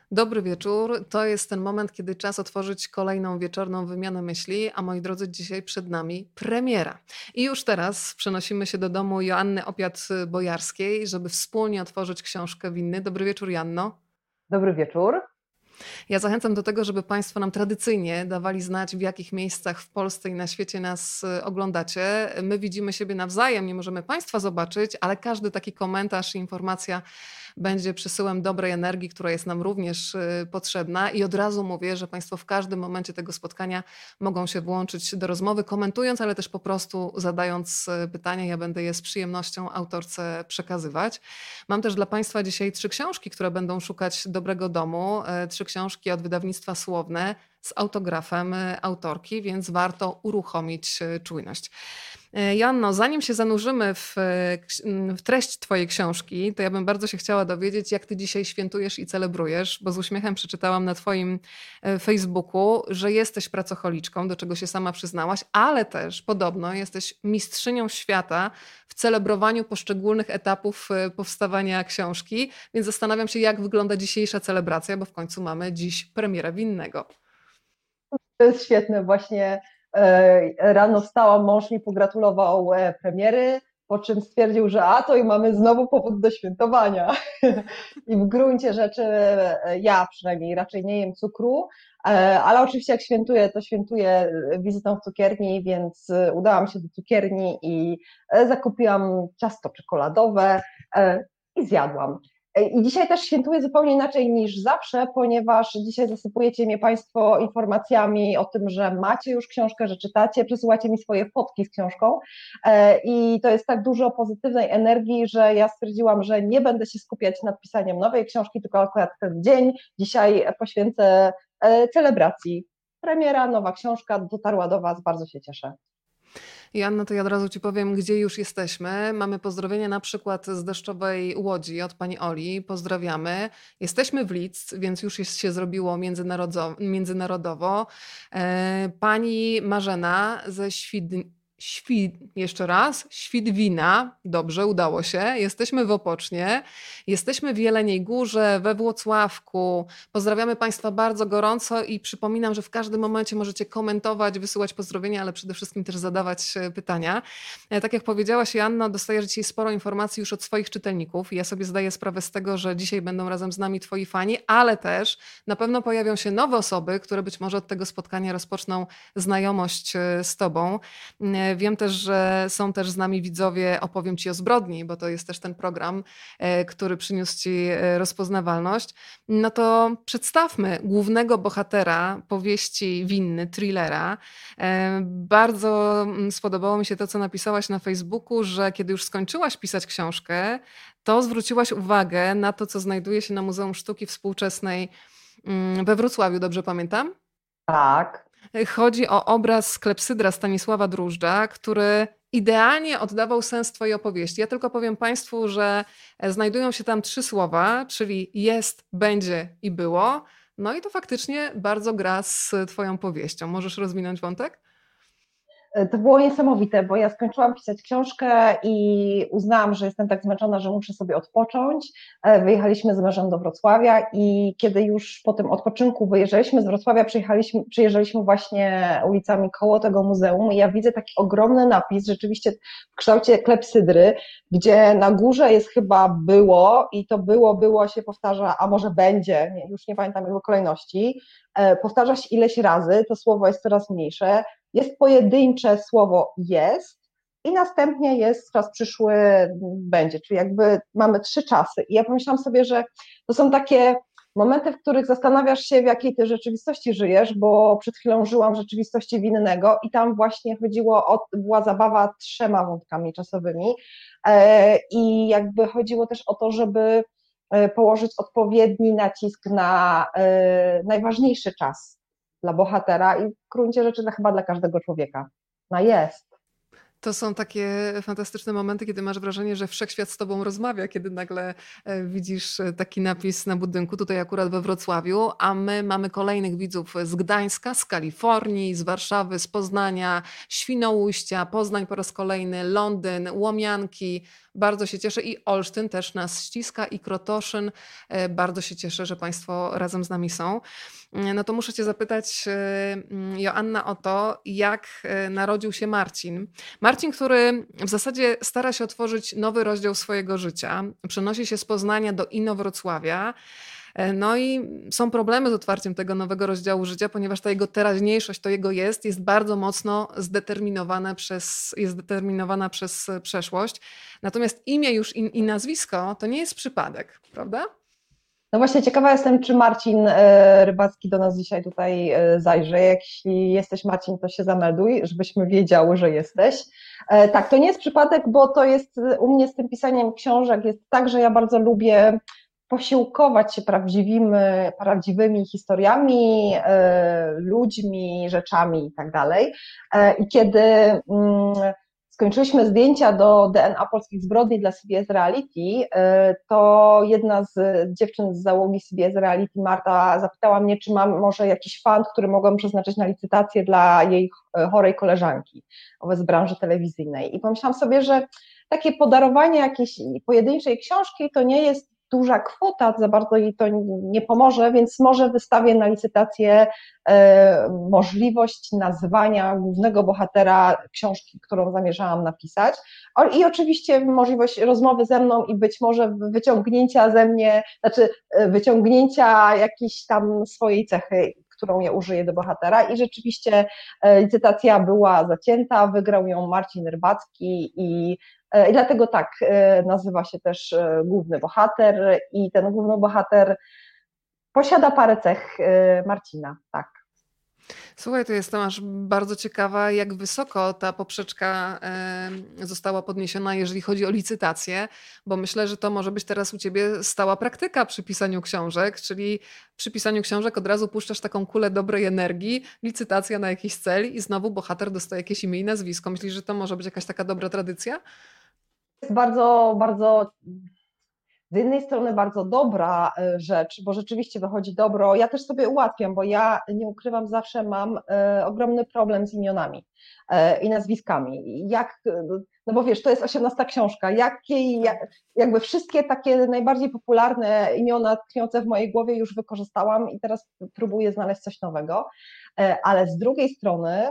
Dobry wieczór. To jest ten moment, kiedy czas otworzyć kolejną wieczorną wymianę myśli, a moi drodzy, dzisiaj przed nami premiera. I już teraz przenosimy się do domu Joanny Opiat-Bojarskiej, żeby wspólnie otworzyć książkę Winny. Dobry wieczór, Janno. Dobry wieczór. Ja zachęcam do tego, żeby Państwo nam tradycyjnie dawali znać, w jakich miejscach w Polsce i na świecie nas oglądacie. My widzimy siebie nawzajem, nie możemy Państwa zobaczyć, ale każdy taki komentarz i informacja będzie przesyłem dobrej energii, która jest nam również potrzebna. I od razu mówię, że Państwo w każdym momencie tego spotkania mogą się włączyć do rozmowy, komentując, ale też po prostu zadając pytania. Ja będę je z przyjemnością autorce przekazywać. Mam też dla Państwa dzisiaj 3 książki, które będą szukać dobrego domu. 3 książki od wydawnictwa Słowne z autografem autorki, więc warto uruchomić czujność. Joanno, zanim się zanurzymy w treść Twojej książki, to ja bym bardzo się chciała dowiedzieć, jak Ty dzisiaj świętujesz i celebrujesz, bo z uśmiechem przeczytałam na Twoim Facebooku, że jesteś pracocholiczką, do czego się sama przyznałaś, ale też podobno jesteś mistrzynią świata w celebrowaniu poszczególnych etapów powstawania książki, więc zastanawiam się, jak wygląda dzisiejsza celebracja, bo w końcu mamy dziś premierę winnego. To jest świetne. Właśnie rano wstałam, mąż mi pogratulował premiery, po czym stwierdził, że to i mamy znowu powód do świętowania. I w gruncie rzeczy ja przynajmniej raczej nie jem cukru, ale oczywiście jak świętuję, to świętuję wizytą w cukierni, więc udałam się do cukierni i zakupiłam ciasto czekoladowe i zjadłam. I dzisiaj też świętuję zupełnie inaczej niż zawsze, ponieważ dzisiaj zasypujecie mnie Państwo informacjami o tym, że macie już książkę, że czytacie, przesyłacie mi swoje fotki z książką i to jest tak dużo pozytywnej energii, że ja stwierdziłam, że nie będę się skupiać nad pisaniem nowej książki, tylko akurat ten dzień dzisiaj poświęcę celebracji. Premiera, nowa książka dotarła do Was, bardzo się cieszę. Joanno, to ja od razu Ci powiem, gdzie już jesteśmy. Mamy pozdrowienia na przykład z deszczowej Łodzi od pani Oli. Pozdrawiamy. Jesteśmy w Lidz, więc już się zrobiło międzynarodowo. Pani Marzena ze jeszcze raz, Świdwina, dobrze, udało się. Jesteśmy w Opocznie, jesteśmy w Jeleniej Górze, we Włocławku. Pozdrawiamy Państwa bardzo gorąco i przypominam, że w każdym momencie możecie komentować, wysyłać pozdrowienia, ale przede wszystkim też zadawać pytania. Tak jak powiedziałaś, Joanno, dostajesz dzisiaj sporo informacji już od swoich czytelników. Ja sobie zdaję sprawę z tego, że dzisiaj będą razem z nami Twoi fani, ale też na pewno pojawią się nowe osoby, które być może od tego spotkania rozpoczną znajomość z Tobą. Wiem też, że są też z nami widzowie Opowiem Ci o zbrodni, bo to jest też ten program, który przyniósł Ci rozpoznawalność. No to przedstawmy głównego bohatera powieści Winny, thrillera. Bardzo spodobało mi się to, co napisałaś na Facebooku, że kiedy już skończyłaś pisać książkę, to zwróciłaś uwagę na to, co znajduje się na Muzeum Sztuki Współczesnej we Wrocławiu, dobrze pamiętam? Tak. Chodzi o obraz Klepsydra Stanisława Drużdża, który idealnie oddawał sens Twojej opowieści. Ja tylko powiem Państwu, że znajdują się tam 3 słowa, czyli jest, będzie i było. No i to faktycznie bardzo gra z Twoją powieścią. Możesz rozwinąć wątek? To było niesamowite, bo ja skończyłam pisać książkę i uznałam, że jestem tak zmęczona, że muszę sobie odpocząć. Wyjechaliśmy z mężem do Wrocławia i kiedy już po tym odpoczynku wyjeżdżaliśmy z Wrocławia, przyjeżdżaliśmy właśnie ulicami koło tego muzeum i ja widzę taki ogromny napis, rzeczywiście w kształcie klepsydry, gdzie na górze jest chyba było i to było się powtarza, a może będzie, już nie pamiętam jego kolejności, powtarza się ileś razy, to słowo jest coraz mniejsze, jest pojedyncze słowo jest i następnie jest czas przyszły będzie, czyli jakby mamy 3 czasy. I ja pomyślałam sobie, że to są takie momenty, w których zastanawiasz się, w jakiej ty rzeczywistości żyjesz, bo przed chwilą żyłam w rzeczywistości winnego i tam właśnie była zabawa 3 wątkami czasowymi i jakby chodziło też o to, żeby położyć odpowiedni nacisk na najważniejszy czas dla bohatera i w gruncie rzeczy chyba dla każdego człowieka. No jest. To są takie fantastyczne momenty, kiedy masz wrażenie, że wszechświat z tobą rozmawia, kiedy nagle widzisz taki napis na budynku, tutaj akurat we Wrocławiu, a my mamy kolejnych widzów z Gdańska, z Kalifornii, z Warszawy, z Poznania, Świnoujścia, Poznań po raz kolejny, Londyn, Łomianki. Bardzo się cieszę i Olsztyn też nas ściska i Krotoszyn. Bardzo się cieszę, że Państwo razem z nami są. No to muszę Cię zapytać, Joanna, o to, jak narodził się Marcin. Marcin, który w zasadzie stara się otworzyć nowy rozdział swojego życia, przenosi się z Poznania do Inowrocławia. No i są problemy z otwarciem tego nowego rozdziału życia, ponieważ ta jego teraźniejszość, to jego jest bardzo mocno jest zdeterminowana przez przeszłość. Natomiast imię już i nazwisko to nie jest przypadek, prawda? No właśnie ciekawa jestem, czy Marcin Rybacki do nas dzisiaj tutaj zajrzy. Jeśli jesteś Marcin, to się zamelduj, żebyśmy wiedziały, że jesteś. Tak, to nie jest przypadek, bo to jest u mnie z tym pisaniem książek jest tak, że ja bardzo lubię posiłkować się prawdziwymi historiami, ludźmi, rzeczami i tak dalej. I kiedy skończyliśmy zdjęcia do DNA polskich zbrodni dla CBS Reality, to jedna z dziewczyn z załogi CBS Reality, Marta, zapytała mnie, czy mam może jakiś fund, który mogłam przeznaczyć na licytację dla jej chorej koleżanki z branży telewizyjnej. I pomyślałam sobie, że takie podarowanie jakiejś pojedynczej książki to nie jest duża kwota, za bardzo jej to nie pomoże, więc może wystawię na licytację możliwość nazwania głównego bohatera książki, którą zamierzałam napisać i oczywiście możliwość rozmowy ze mną i być może wyciągnięcia ze mnie, wyciągnięcia jakiejś tam swojej cechy, którą ja użyję do bohatera i rzeczywiście licytacja była zacięta, wygrał ją Marcin Rybacki i dlatego tak nazywa się też główny bohater i ten główny bohater posiada parę cech Marcina, tak. Słuchaj, to jestem aż bardzo ciekawa, jak wysoko ta poprzeczka została podniesiona, jeżeli chodzi o licytację, bo myślę, że to może być teraz u ciebie stała praktyka przy pisaniu książek, czyli przy pisaniu książek od razu puszczasz taką kulę dobrej energii, licytacja na jakiś cel i znowu bohater dostaje jakieś imię i nazwisko. Myślisz, że to może być jakaś taka dobra tradycja? Jest bardzo, bardzo z jednej strony bardzo dobra rzecz, bo rzeczywiście wychodzi dobro. Ja też sobie ułatwiam, bo ja nie ukrywam, zawsze mam ogromny problem z imionami i nazwiskami. No bo wiesz, to jest 18 książka, jakby wszystkie takie najbardziej popularne imiona tkwiące w mojej głowie już wykorzystałam i teraz próbuję znaleźć coś nowego, ale z drugiej strony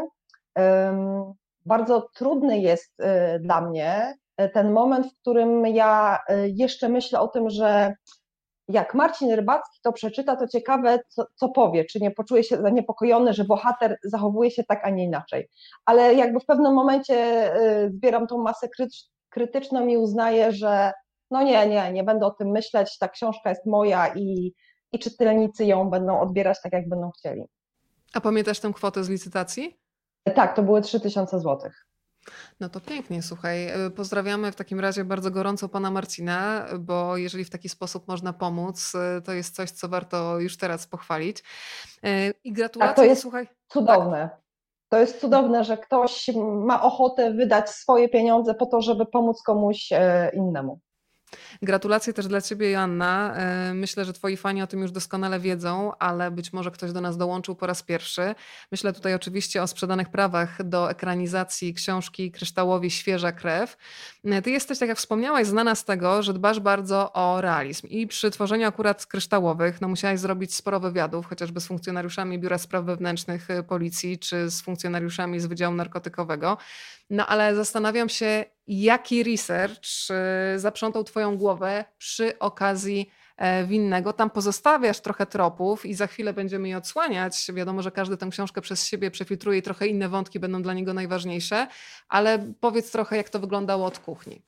bardzo trudny jest dla mnie ten moment, w którym ja jeszcze myślę o tym, że jak Marcin Rybacki to przeczyta, to ciekawe, co powie, czy nie poczuje się zaniepokojony, że bohater zachowuje się tak, a nie inaczej. Ale jakby w pewnym momencie zbieram tą masę krytyczną i uznaję, że no nie będę o tym myśleć, ta książka jest moja i czytelnicy ją będą odbierać tak, jak będą chcieli. A pamiętasz tę kwotę z licytacji? Tak, to były 3000 złotych. No to pięknie, słuchaj. Pozdrawiamy w takim razie bardzo gorąco pana Marcina, bo jeżeli w taki sposób można pomóc, to jest coś, co warto już teraz pochwalić. I Tak, gratulacje, to jest słuchaj. Tak? cudowne. To jest cudowne, że ktoś ma ochotę wydać swoje pieniądze po to, żeby pomóc komuś innemu. Gratulacje też dla ciebie, Joanna. Myślę, że twoi fani o tym już doskonale wiedzą, ale być może ktoś do nas dołączył po raz pierwszy. Myślę tutaj oczywiście o sprzedanych prawach do ekranizacji książki Kryształowi Świeża krew. Ty jesteś, tak jak wspomniałaś, znana z tego, że dbasz bardzo o realizm i przy tworzeniu akurat kryształowych no musiałaś zrobić sporo wywiadów, chociażby z funkcjonariuszami Biura Spraw Wewnętrznych Policji czy z funkcjonariuszami z Wydziału Narkotykowego. No ale zastanawiam się, jaki research zaprzątał twoją głowę przy okazji Winnego. Tam pozostawiasz trochę tropów i za chwilę będziemy je odsłaniać. Wiadomo, że każdy tę książkę przez siebie przefiltruje i trochę inne wątki będą dla niego najważniejsze, ale powiedz trochę, jak to wyglądało od kuchni.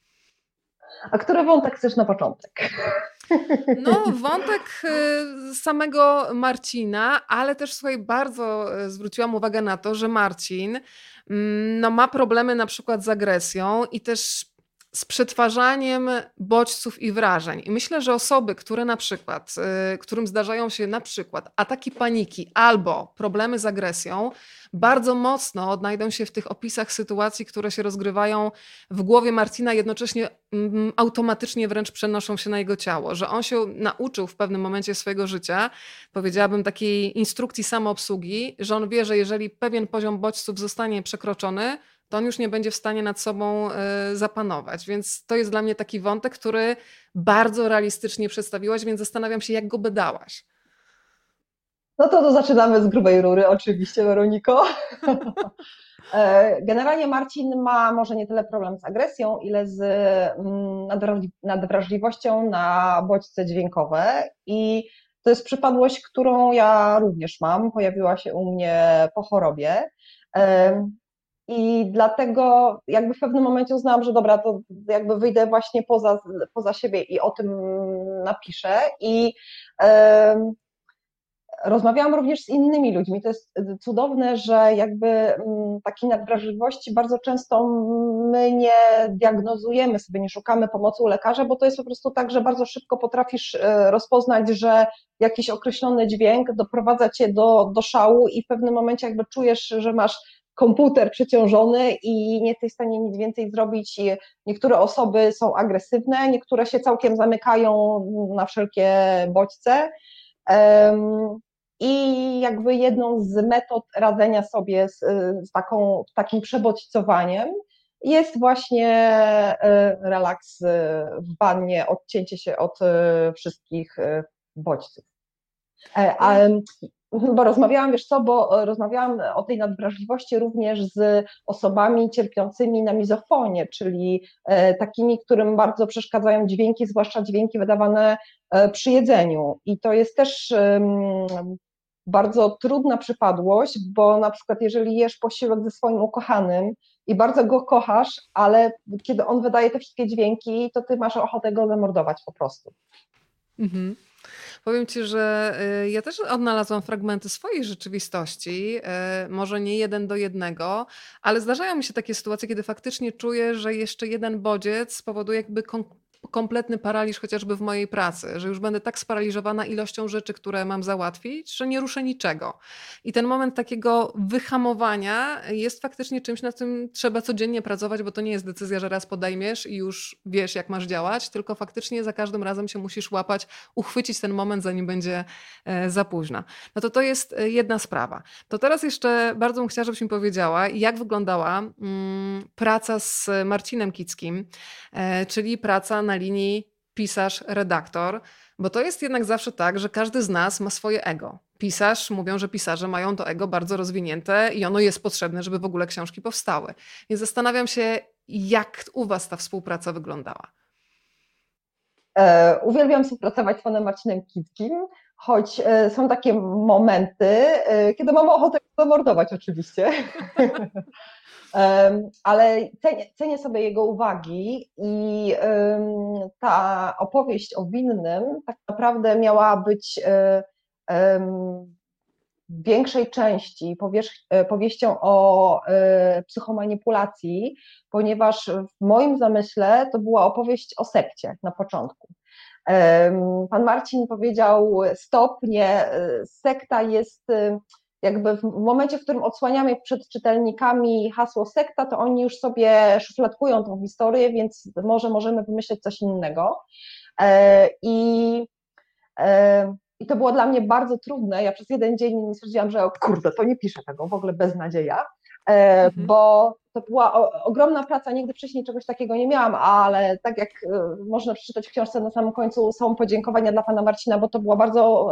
A który wątek chcesz na początek? No, wątek samego Marcina, ale też słuchaj, bardzo zwróciłam uwagę na to, że Marcin no, ma problemy na przykład z agresją i też z przetwarzaniem bodźców i wrażeń. I myślę, że osoby, które na przykład, którym zdarzają się na przykład ataki paniki albo problemy z agresją, bardzo mocno odnajdą się w tych opisach sytuacji, które się rozgrywają w głowie Marcina, jednocześnie automatycznie wręcz przenoszą się na jego ciało, że on się nauczył w pewnym momencie swojego życia, powiedziałabym takiej instrukcji samoobsługi, że on wie, że jeżeli pewien poziom bodźców zostanie przekroczony, to on już nie będzie w stanie nad sobą zapanować. Więc to jest dla mnie taki wątek, który bardzo realistycznie przedstawiłaś, więc zastanawiam się, jak go bedałaś. No to zaczynamy z grubej rury, oczywiście, Weroniko. Generalnie Marcin ma może nie tyle problem z agresją, ile z nadwrażliwością na bodźce dźwiękowe i to jest przypadłość, którą ja również mam, pojawiła się u mnie po chorobie. I dlatego jakby w pewnym momencie uznałam, że dobra, to jakby wyjdę właśnie poza siebie i o tym napiszę. I rozmawiałam również z innymi ludźmi. To jest cudowne, że jakby takiej nadwrażliwości bardzo często my nie diagnozujemy sobie, nie szukamy pomocy u lekarza, bo to jest po prostu tak, że bardzo szybko potrafisz rozpoznać, że jakiś określony dźwięk doprowadza cię do szału i w pewnym momencie jakby czujesz, że masz komputer przeciążony i nie jesteś w stanie nic więcej zrobić. Niektóre osoby są agresywne, niektóre się całkiem zamykają na wszelkie bodźce. I jakby jedną z metod radzenia sobie z takim przebodźcowaniem jest właśnie relaks w wannie, odcięcie się od wszystkich bodźców. Bo rozmawiałam, wiesz co, bo rozmawiałam o tej nadwrażliwości również z osobami cierpiącymi na mizofonię, czyli takimi, którym bardzo przeszkadzają dźwięki, zwłaszcza dźwięki wydawane przy jedzeniu. I to jest też bardzo trudna przypadłość, bo na przykład jeżeli jesz posiłek ze swoim ukochanym i bardzo go kochasz, ale kiedy on wydaje te wszystkie dźwięki, to ty masz ochotę go zamordować po prostu. Mhm. Powiem ci, że ja też odnalazłam fragmenty swojej rzeczywistości, może nie 1:1, ale zdarzają mi się takie sytuacje, kiedy faktycznie czuję, że jeszcze jeden bodziec spowoduje jakby kompletny paraliż chociażby w mojej pracy, że już będę tak sparaliżowana ilością rzeczy, które mam załatwić, że nie ruszę niczego. I ten moment takiego wyhamowania jest faktycznie czymś, nad czym trzeba codziennie pracować, bo to nie jest decyzja, że raz podejmiesz i już wiesz, jak masz działać, tylko faktycznie za każdym razem się musisz łapać, uchwycić ten moment, zanim będzie za późno. No to jest jedna sprawa. To teraz jeszcze bardzo bym chciała, żebyś mi powiedziała, jak wyglądała praca z Marcinem Kickim, czyli praca na linii pisarz-redaktor, bo to jest jednak zawsze tak, że każdy z nas ma swoje ego. Mówią, że pisarze mają to ego bardzo rozwinięte i ono jest potrzebne, żeby w ogóle książki powstały. Więc zastanawiam się, jak u was ta współpraca wyglądała. Uwielbiam współpracować z panem Marcinem Kickim, choć są takie momenty, kiedy mam ochotę zamordować oczywiście, ale cenię sobie jego uwagi i ta opowieść o winnym tak naprawdę miała być w większej części powieścią o psychomanipulacji, ponieważ w moim zamyśle to była opowieść o sekcie na początku. Pan Marcin powiedział stop, nie, sekta jest jakby w momencie, w którym odsłaniamy przed czytelnikami hasło sekta, to oni już sobie szufladkują tą historię, więc może możemy wymyśleć coś innego. I to było dla mnie bardzo trudne. Ja przez jeden dzień stwierdziłam, że o kurde, to nie piszę tego, w ogóle beznadzieja, bo to była ogromna praca, nigdy wcześniej czegoś takiego nie miałam, ale tak jak można przeczytać w książce, na samym końcu są podziękowania dla pana Marcina, bo to była bardzo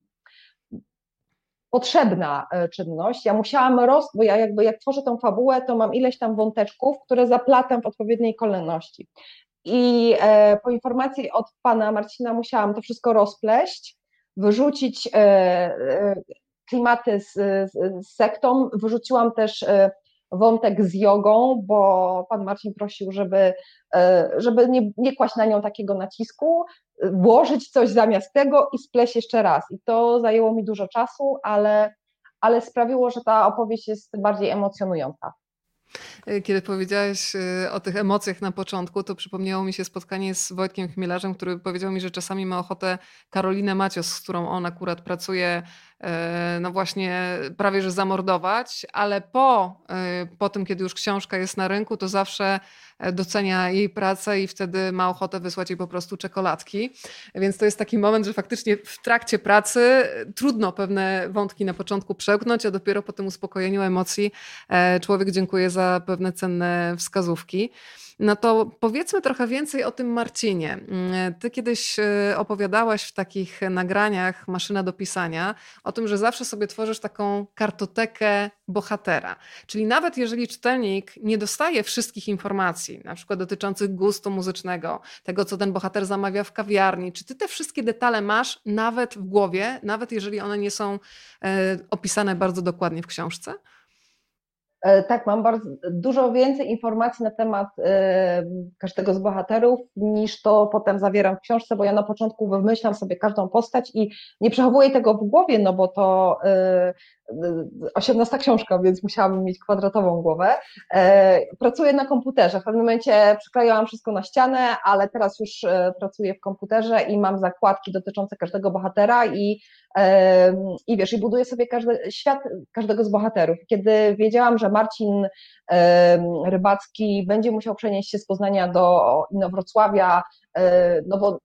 potrzebna czynność. Ja musiałam bo ja jakby jak tworzę tą fabułę, to mam ileś tam wąteczków, które zaplatam w odpowiedniej kolejności. I po informacji od pana Marcina musiałam to wszystko rozpleść, wyrzucić klimaty z sektą, wyrzuciłam też wątek z jogą, bo pan Marcin prosił, żeby nie kłaść na nią takiego nacisku, włożyć coś zamiast tego i spleść jeszcze raz. I to zajęło mi dużo czasu, ale sprawiło, że ta opowieść jest bardziej emocjonująca. Kiedy powiedziałaś o tych emocjach na początku, to przypomniało mi się spotkanie z Wojtkiem Chmielarzem, który powiedział mi, że czasami ma ochotę Karolinę Macios, z którą on akurat pracuje, no właśnie prawie że zamordować, ale po tym, kiedy już książka jest na rynku, to zawsze docenia jej pracę i wtedy ma ochotę wysłać jej po prostu czekoladki. Więc to jest taki moment, że faktycznie w trakcie pracy trudno pewne wątki na początku przełknąć, a dopiero po tym uspokojeniu emocji człowiek dziękuję za pewne cenne wskazówki. No to powiedzmy trochę więcej o tym Marcinie. Ty kiedyś opowiadałaś w takich nagraniach Maszyna do pisania o tym, że zawsze sobie tworzysz taką kartotekę bohatera. Czyli nawet jeżeli czytelnik nie dostaje wszystkich informacji, na przykład dotyczących gustu muzycznego, tego co ten bohater zamawia w kawiarni, czy ty te wszystkie detale masz nawet w głowie, nawet jeżeli one nie są opisane bardzo dokładnie w książce? Tak, mam bardzo dużo więcej informacji na temat każdego z bohaterów niż to potem zawieram w książce, bo ja na początku wymyślam sobie każdą postać i nie przechowuję tego w głowie, no bo to 18 książka, więc musiałabym mieć kwadratową głowę. Pracuję na komputerze. W pewnym momencie przyklejałam wszystko na ścianę, ale teraz już pracuję w komputerze i mam zakładki dotyczące każdego bohatera i wiesz, i buduję sobie świat każdego z bohaterów. Kiedy wiedziałam, że Marcin Rybacki będzie musiał przenieść się z Poznania do Inowrocławia, no bo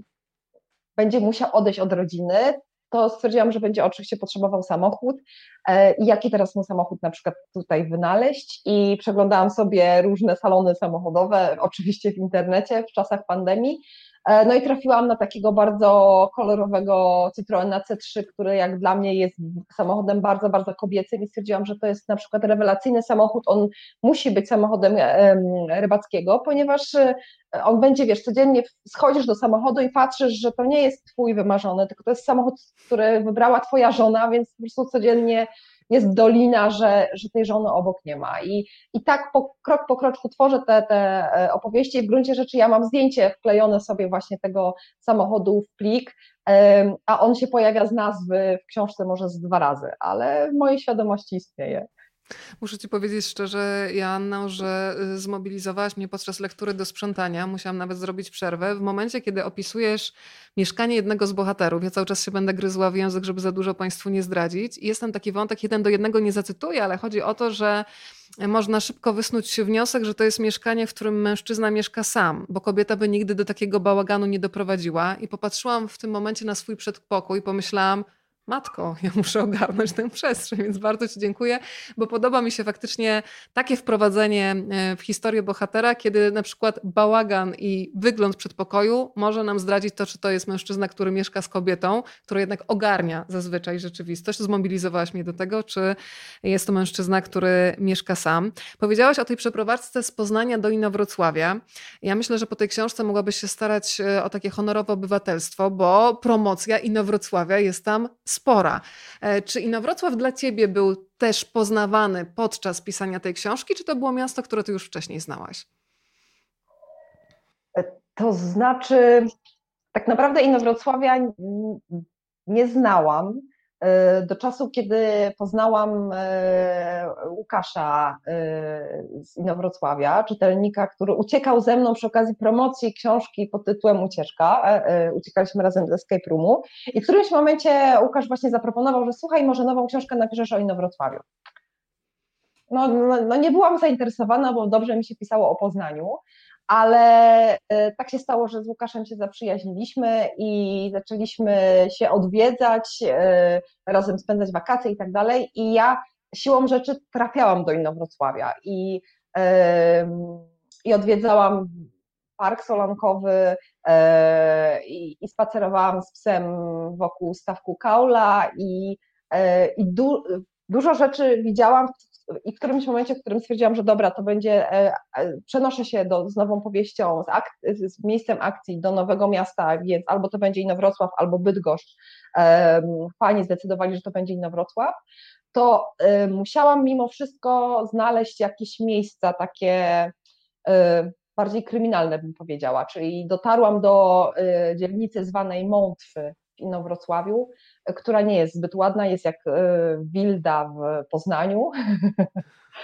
będzie musiał odejść od rodziny, to stwierdziłam, że będzie oczywiście potrzebował samochód i jaki teraz mu samochód na przykład tutaj wynaleźć i przeglądałam sobie różne salony samochodowe, oczywiście w internecie w czasach pandemii. No i trafiłam na takiego bardzo kolorowego Citroena C3, który jak dla mnie jest samochodem bardzo, bardzo kobiecym i stwierdziłam, że to jest na przykład rewelacyjny samochód, on musi być samochodem Rybackiego, ponieważ on będzie, wiesz, codziennie schodzisz do samochodu i patrzysz, że to nie jest twój wymarzony, tylko to jest samochód, który wybrała twoja żona, więc po prostu codziennie jest dolina, że tej żony obok nie ma. I tak krok po kroczku tworzę te opowieści i w gruncie rzeczy ja mam zdjęcie wklejone sobie właśnie tego samochodu w plik, a on się pojawia z nazwy w książce może z 2 razy, ale w mojej świadomości istnieje. Muszę ci powiedzieć szczerze, Joanno, że zmobilizowałaś mnie podczas lektury do sprzątania. Musiałam nawet zrobić przerwę. W momencie, kiedy opisujesz mieszkanie jednego z bohaterów, ja cały czas się będę gryzła w język, żeby za dużo Państwu nie zdradzić. I jest tam taki wątek, 1:1 nie zacytuję, ale chodzi o to, że można szybko wysnuć wniosek, że to jest mieszkanie, w którym mężczyzna mieszka sam, bo kobieta by nigdy do takiego bałaganu nie doprowadziła. I popatrzyłam w tym momencie na swój przedpokój i pomyślałam, matko, ja muszę ogarnąć tę przestrzeń, więc bardzo ci dziękuję, bo podoba mi się faktycznie takie wprowadzenie w historię bohatera, kiedy na przykład bałagan i wygląd przedpokoju może nam zdradzić to, czy to jest mężczyzna, który mieszka z kobietą, która jednak ogarnia zazwyczaj rzeczywistość. Zmobilizowałaś mnie do tego, czy jest to mężczyzna, który mieszka sam. Powiedziałaś o tej przeprowadzce z Poznania do Inowrocławia. Ja myślę, że po tej książce mogłabyś się starać o takie honorowe obywatelstwo, bo promocja Inowrocławia jest tam spora. Czy Inowrocław dla ciebie był też poznawany podczas pisania tej książki, czy to było miasto, które ty już wcześniej znałaś? To znaczy, tak naprawdę Inowrocławia nie znałam do czasu, kiedy poznałam Łukasza z Inowrocławia, czytelnika, który uciekał ze mną przy okazji promocji książki pod tytułem Ucieczka. Uciekaliśmy razem z Escape Roomu i w którymś momencie Łukasz właśnie zaproponował, że słuchaj, może nową książkę napiszesz o Inowrocławiu. No nie byłam zainteresowana, bo dobrze mi się pisało o Poznaniu, ale tak się stało, że z Łukaszem się zaprzyjaźniliśmy i zaczęliśmy się odwiedzać, razem spędzać wakacje i tak dalej. I ja siłą rzeczy trafiałam do Inowrocławia i odwiedzałam park solankowy i spacerowałam z psem wokół stawku Kaula i dużo rzeczy widziałam i w którymś momencie, w którym stwierdziłam, że dobra, to będzie, przenoszę się z nową powieścią, z miejscem akcji do nowego miasta, więc albo to będzie Inowrocław, albo Bydgoszcz. Fani zdecydowali, że to będzie Inowrocław. To musiałam mimo wszystko znaleźć jakieś miejsca takie bardziej kryminalne, bym powiedziała, czyli dotarłam do dzielnicy zwanej Mątwy w Inowrocławiu, która nie jest zbyt ładna, jest jak Wilda w Poznaniu.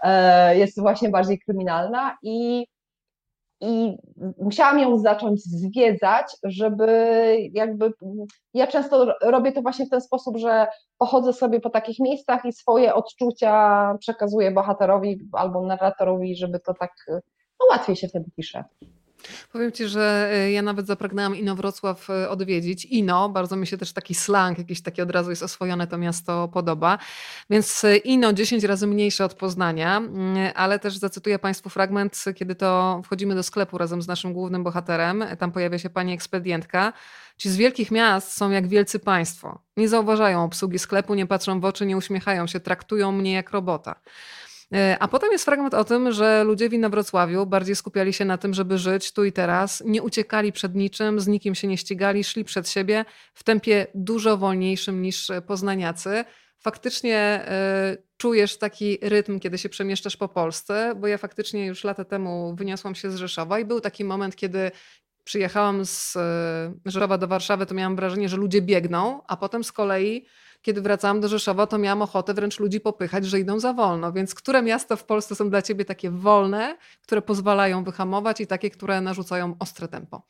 jest właśnie bardziej kryminalna i musiałam ją zacząć zwiedzać, żeby jakby, ja często robię to właśnie w ten sposób, że pochodzę sobie po takich miejscach i swoje odczucia przekazuję bohaterowi albo narratorowi, żeby to tak, no łatwiej się wtedy pisze. Powiem ci, że ja nawet zapragnęłam Inowrocław odwiedzić. Ino, bardzo mi się też taki slang, jakiś taki od razu jest oswojone to miasto podoba. Więc Ino 10 razy mniejsze od Poznania, ale też zacytuję Państwu fragment, kiedy to wchodzimy do sklepu razem z naszym głównym bohaterem. Tam pojawia się pani ekspedientka. Ci z wielkich miast są jak wielcy państwo. Nie zauważają obsługi sklepu, nie patrzą w oczy, nie uśmiechają się, traktują mnie jak robota. A potem jest fragment o tym, że ludzie w Inowrocławiu bardziej skupiali się na tym, żeby żyć tu i teraz, nie uciekali przed niczym, z nikim się nie ścigali, szli przed siebie w tempie dużo wolniejszym niż poznaniacy. Faktycznie czujesz taki rytm, kiedy się przemieszczasz po Polsce, bo ja faktycznie już lata temu wyniosłam się z Rzeszowa i był taki moment, kiedy przyjechałam z Rzeszowa do Warszawy, to miałam wrażenie, że ludzie biegną, a potem z kolei kiedy wracałam do Rzeszowa, to miałam ochotę wręcz ludzi popychać, że idą za wolno. Więc które miasta w Polsce są dla ciebie takie wolne, które pozwalają wyhamować i takie, które narzucają ostre tempo?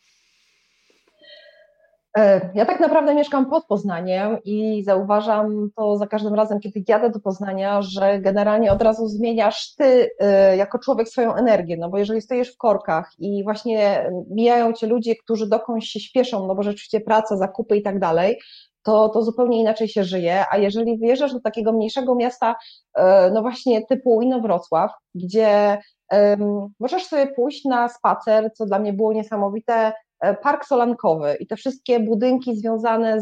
Ja tak naprawdę mieszkam pod Poznaniem i zauważam to za każdym razem, kiedy jadę do Poznania, że generalnie od razu zmieniasz ty jako człowiek swoją energię, no bo jeżeli stoisz w korkach i właśnie mijają cię ludzie, którzy dokądś się śpieszą, no bo rzeczywiście praca, zakupy i tak dalej, to zupełnie inaczej się żyje, a jeżeli wyjeżdżasz do takiego mniejszego miasta, no właśnie typu Inowrocław, gdzie możesz sobie pójść na spacer, co dla mnie było niesamowite, park solankowy i te wszystkie budynki związane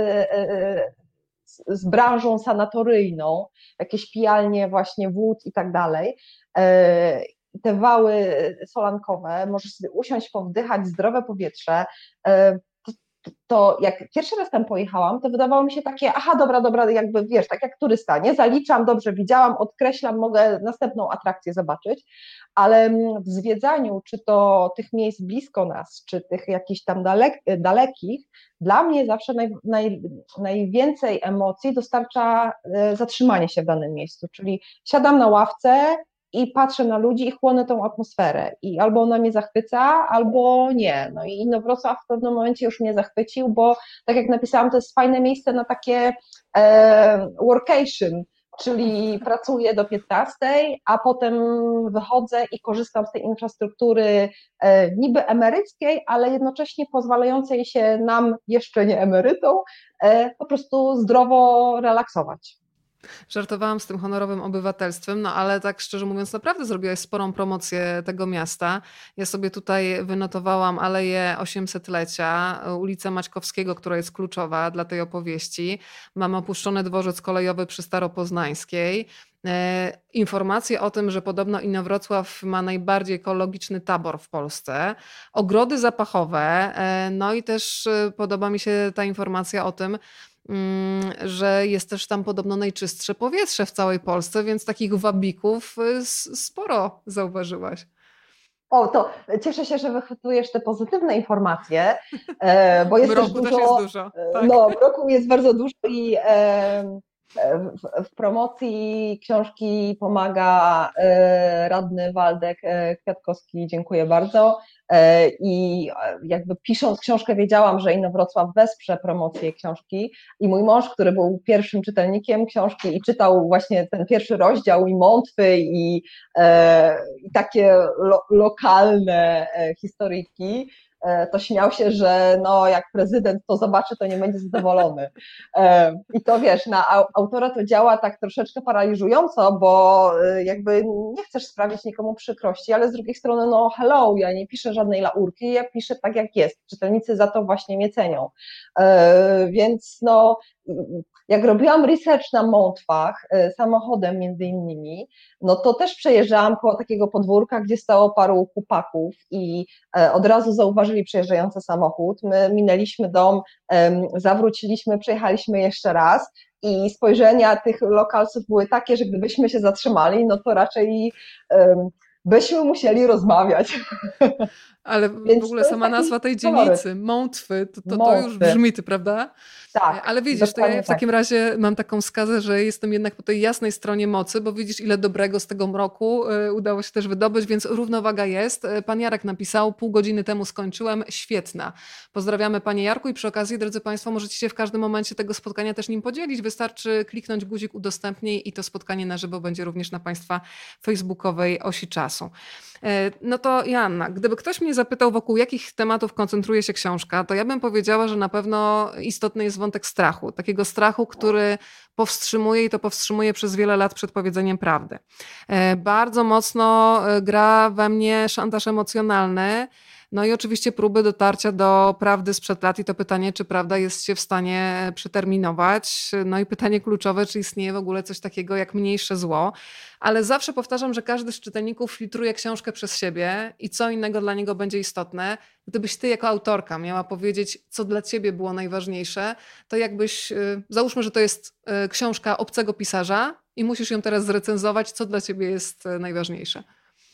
z branżą sanatoryjną, jakieś pijalnie właśnie wód i tak dalej, te wały solankowe, możesz sobie usiąść, powdychać zdrowe powietrze, to jak pierwszy raz tam pojechałam, to wydawało mi się takie, aha, dobra, jakby wiesz, tak jak turysta, nie zaliczam, dobrze widziałam, odkreślam, mogę następną atrakcję zobaczyć, ale w zwiedzaniu, czy to tych miejsc blisko nas, czy tych jakichś tam dalekich, dla mnie zawsze najwięcej emocji dostarcza zatrzymanie się w danym miejscu, czyli siadam na ławce i patrzę na ludzi i chłonę tą atmosferę i albo ona mnie zachwyca, albo nie. No i Inowrocław w pewnym momencie już mnie zachwycił, bo tak jak napisałam, to jest fajne miejsce na takie workation, czyli pracuję do 15, a potem wychodzę i korzystam z tej infrastruktury niby emeryckiej, ale jednocześnie pozwalającej się nam, jeszcze nie emerytom, po prostu zdrowo relaksować. Żartowałam z tym honorowym obywatelstwem, no ale tak szczerze mówiąc, naprawdę zrobiłaś sporą promocję tego miasta. Ja sobie tutaj wynotowałam Aleję 800-lecia, ulicę Maćkowskiego, która jest kluczowa dla tej opowieści. Mamy opuszczony dworzec kolejowy przy Staropoznańskiej. Informacje o tym, że podobno Inowrocław ma najbardziej ekologiczny tabor w Polsce, ogrody zapachowe, no i też podoba mi się ta informacja o tym, że jest też tam podobno najczystsze powietrze w całej Polsce, więc takich wabików sporo zauważyłaś. O, to cieszę się, że wychwytujesz te pozytywne informacje, bo W jest też mroku też jest dużo, dużo, tak. no, w roku jest bardzo dużo i w promocji książki pomaga radny Waldek Kwiatkowski, dziękuję bardzo. I jakby pisząc książkę wiedziałam, że Inowrocław wesprze promocję książki i mój mąż, który był pierwszym czytelnikiem książki i czytał właśnie ten pierwszy rozdział i mątwy i takie lokalne historyjki, to śmiał się, że no jak prezydent to zobaczy, to nie będzie zadowolony. I to wiesz, na autora to działa tak troszeczkę paraliżująco, bo jakby nie chcesz sprawić nikomu przykrości, ale z drugiej strony, no hello, ja nie piszę żadnej laurki, ja piszę tak jak jest. Czytelnicy za to właśnie mnie cenią. Więc no, jak robiłam research na Mątwach, samochodem między innymi, no to też przejeżdżałam koło takiego podwórka, gdzie stało paru chłopaków i od razu zauważyli przejeżdżający samochód. My minęliśmy dom, zawróciliśmy, przejechaliśmy jeszcze raz i spojrzenia tych lokalców były takie, że gdybyśmy się zatrzymali, no to raczej byśmy musieli rozmawiać. Ale w Więc ogóle to jest sama taki nazwa tej koloryt. dzielnicy, Mątwy, to już Mocy. brzmi, ty, prawda? Tak, Ale widzisz, to ja dokładnie w tak. takim razie mam taką skazę, że jestem jednak po tej jasnej stronie mocy, bo widzisz, ile dobrego z tego mroku udało się też wydobyć, więc równowaga jest. Pan Jarek napisał, pół godziny temu skończyłem, świetna. Pozdrawiamy panie Jarku i przy okazji, drodzy państwo, możecie się w każdym momencie tego spotkania też nim podzielić. Wystarczy kliknąć guzik udostępnij i to spotkanie na żywo będzie również na państwa facebookowej osi czasu. No to Joanna, gdyby ktoś mnie zapytał, wokół jakich tematów koncentruje się książka, to ja bym powiedziała, że na pewno istotny jest wątek strachu. Takiego strachu, który powstrzymuje i to powstrzymuje przez wiele lat przed powiedzeniem prawdy. Bardzo mocno gra we mnie szantaż emocjonalny. No i oczywiście próby dotarcia do prawdy sprzed lat i to pytanie, czy prawda jest się w stanie przeterminować. No i pytanie kluczowe, czy istnieje w ogóle coś takiego jak mniejsze zło. Ale zawsze powtarzam, że każdy z czytelników filtruje książkę przez siebie i co innego dla niego będzie istotne. Gdybyś ty jako autorka miała powiedzieć, co dla ciebie było najważniejsze, to jakbyś, załóżmy, że to jest książka obcego pisarza i musisz ją teraz zrecenzować, co dla ciebie jest najważniejsze.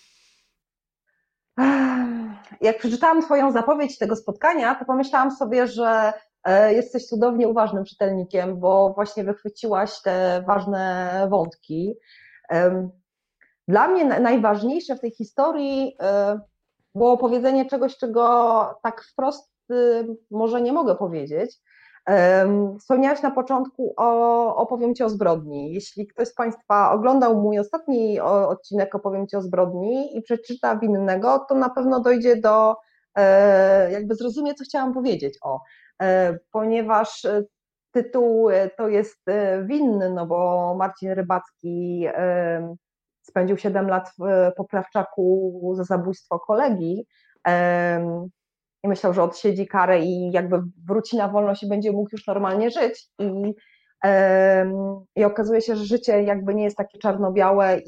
Jak przeczytałam Twoją zapowiedź tego spotkania, to pomyślałam sobie, że jesteś cudownie uważnym czytelnikiem, bo właśnie wychwyciłaś te ważne wątki. Dla mnie najważniejsze w tej historii było opowiedzenie czegoś, czego tak wprost może nie mogę powiedzieć. Wspomniałaś na początku o Opowiem Ci o zbrodni. Jeśli ktoś z Państwa oglądał mój ostatni odcinek Opowiem Ci o zbrodni i przeczyta Winnego, to na pewno dojdzie do, jakby zrozumie, co chciałam powiedzieć. Ponieważ tytuł to jest Winny, no bo Marcin Rybacki spędził 7 lat w poprawczaku za zabójstwo kolegi i myślał, że odsiedzi karę i jakby wróci na wolność i będzie mógł już normalnie żyć. I okazuje się, że życie jakby nie jest takie czarno-białe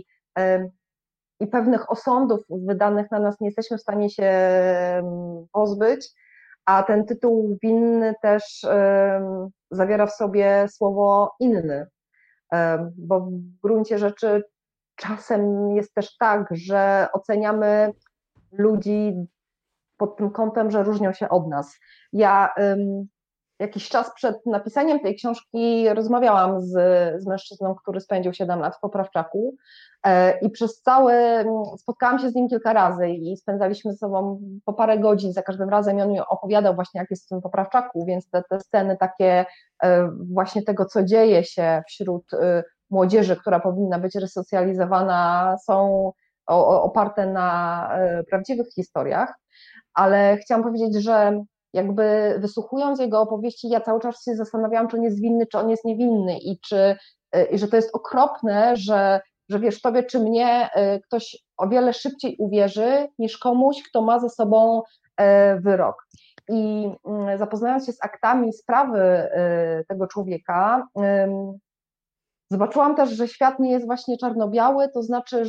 i pewnych osądów wydanych na nas nie jesteśmy w stanie się pozbyć, a ten tytuł Winny też zawiera w sobie słowo inny, bo w gruncie rzeczy czasem jest też tak, że oceniamy ludzi pod tym kątem, że różnią się od nas. Ja jakiś czas przed napisaniem tej książki rozmawiałam z mężczyzną, który spędził 7 lat w poprawczaku i spotkałam się z nim kilka razy i spędzaliśmy ze sobą po parę godzin za każdym razem i on mi opowiadał właśnie, jak jest w tym poprawczaku, więc te sceny takie właśnie tego, co dzieje się wśród młodzieży, która powinna być resocjalizowana, są oparte na prawdziwych historiach, ale chciałam powiedzieć, że jakby wysłuchując jego opowieści, ja cały czas się zastanawiałam, czy on jest winny, czy on jest niewinny i że to jest okropne, że wiesz, tobie czy mnie ktoś o wiele szybciej uwierzy niż komuś, kto ma za sobą wyrok. I zapoznając się z aktami sprawy tego człowieka, zobaczyłam też, że świat nie jest właśnie czarno-biały, to znaczy,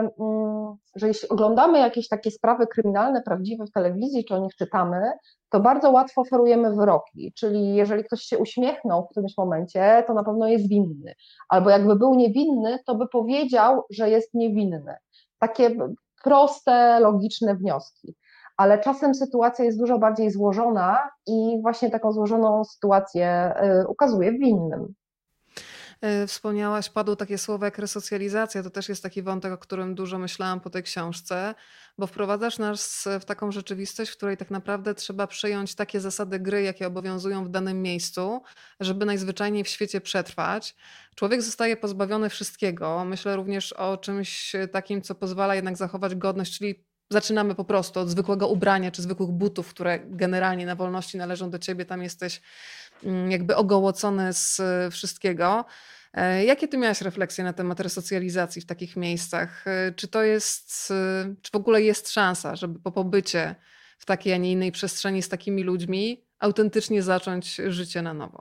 że jeśli oglądamy jakieś takie sprawy kryminalne, prawdziwe w telewizji, czy o nich czytamy, to bardzo łatwo oferujemy wyroki, czyli jeżeli ktoś się uśmiechnął w którymś momencie, to na pewno jest winny, albo jakby był niewinny, to by powiedział, że jest niewinny. Takie proste, logiczne wnioski. Ale czasem sytuacja jest dużo bardziej złożona i właśnie taką złożoną sytuację ukazuje w winnym. Wspomniałaś, padło takie słowo jak resocjalizacja. To też jest taki wątek, o którym dużo myślałam po tej książce, bo wprowadzasz nas w taką rzeczywistość, w której tak naprawdę trzeba przyjąć takie zasady gry, jakie obowiązują w danym miejscu, żeby najzwyczajniej w świecie przetrwać. Człowiek zostaje pozbawiony wszystkiego. Myślę również o czymś takim, co pozwala jednak zachować godność, czyli zaczynamy po prostu od zwykłego ubrania czy zwykłych butów, które generalnie na wolności należą do ciebie. Tam jesteś jakby ogołocony z wszystkiego. Jakie ty miałaś refleksje na temat resocjalizacji w takich miejscach? Czy to jest, czy w ogóle jest szansa, żeby po pobycie w takiej, a nie innej przestrzeni z takimi ludźmi autentycznie zacząć życie na nowo?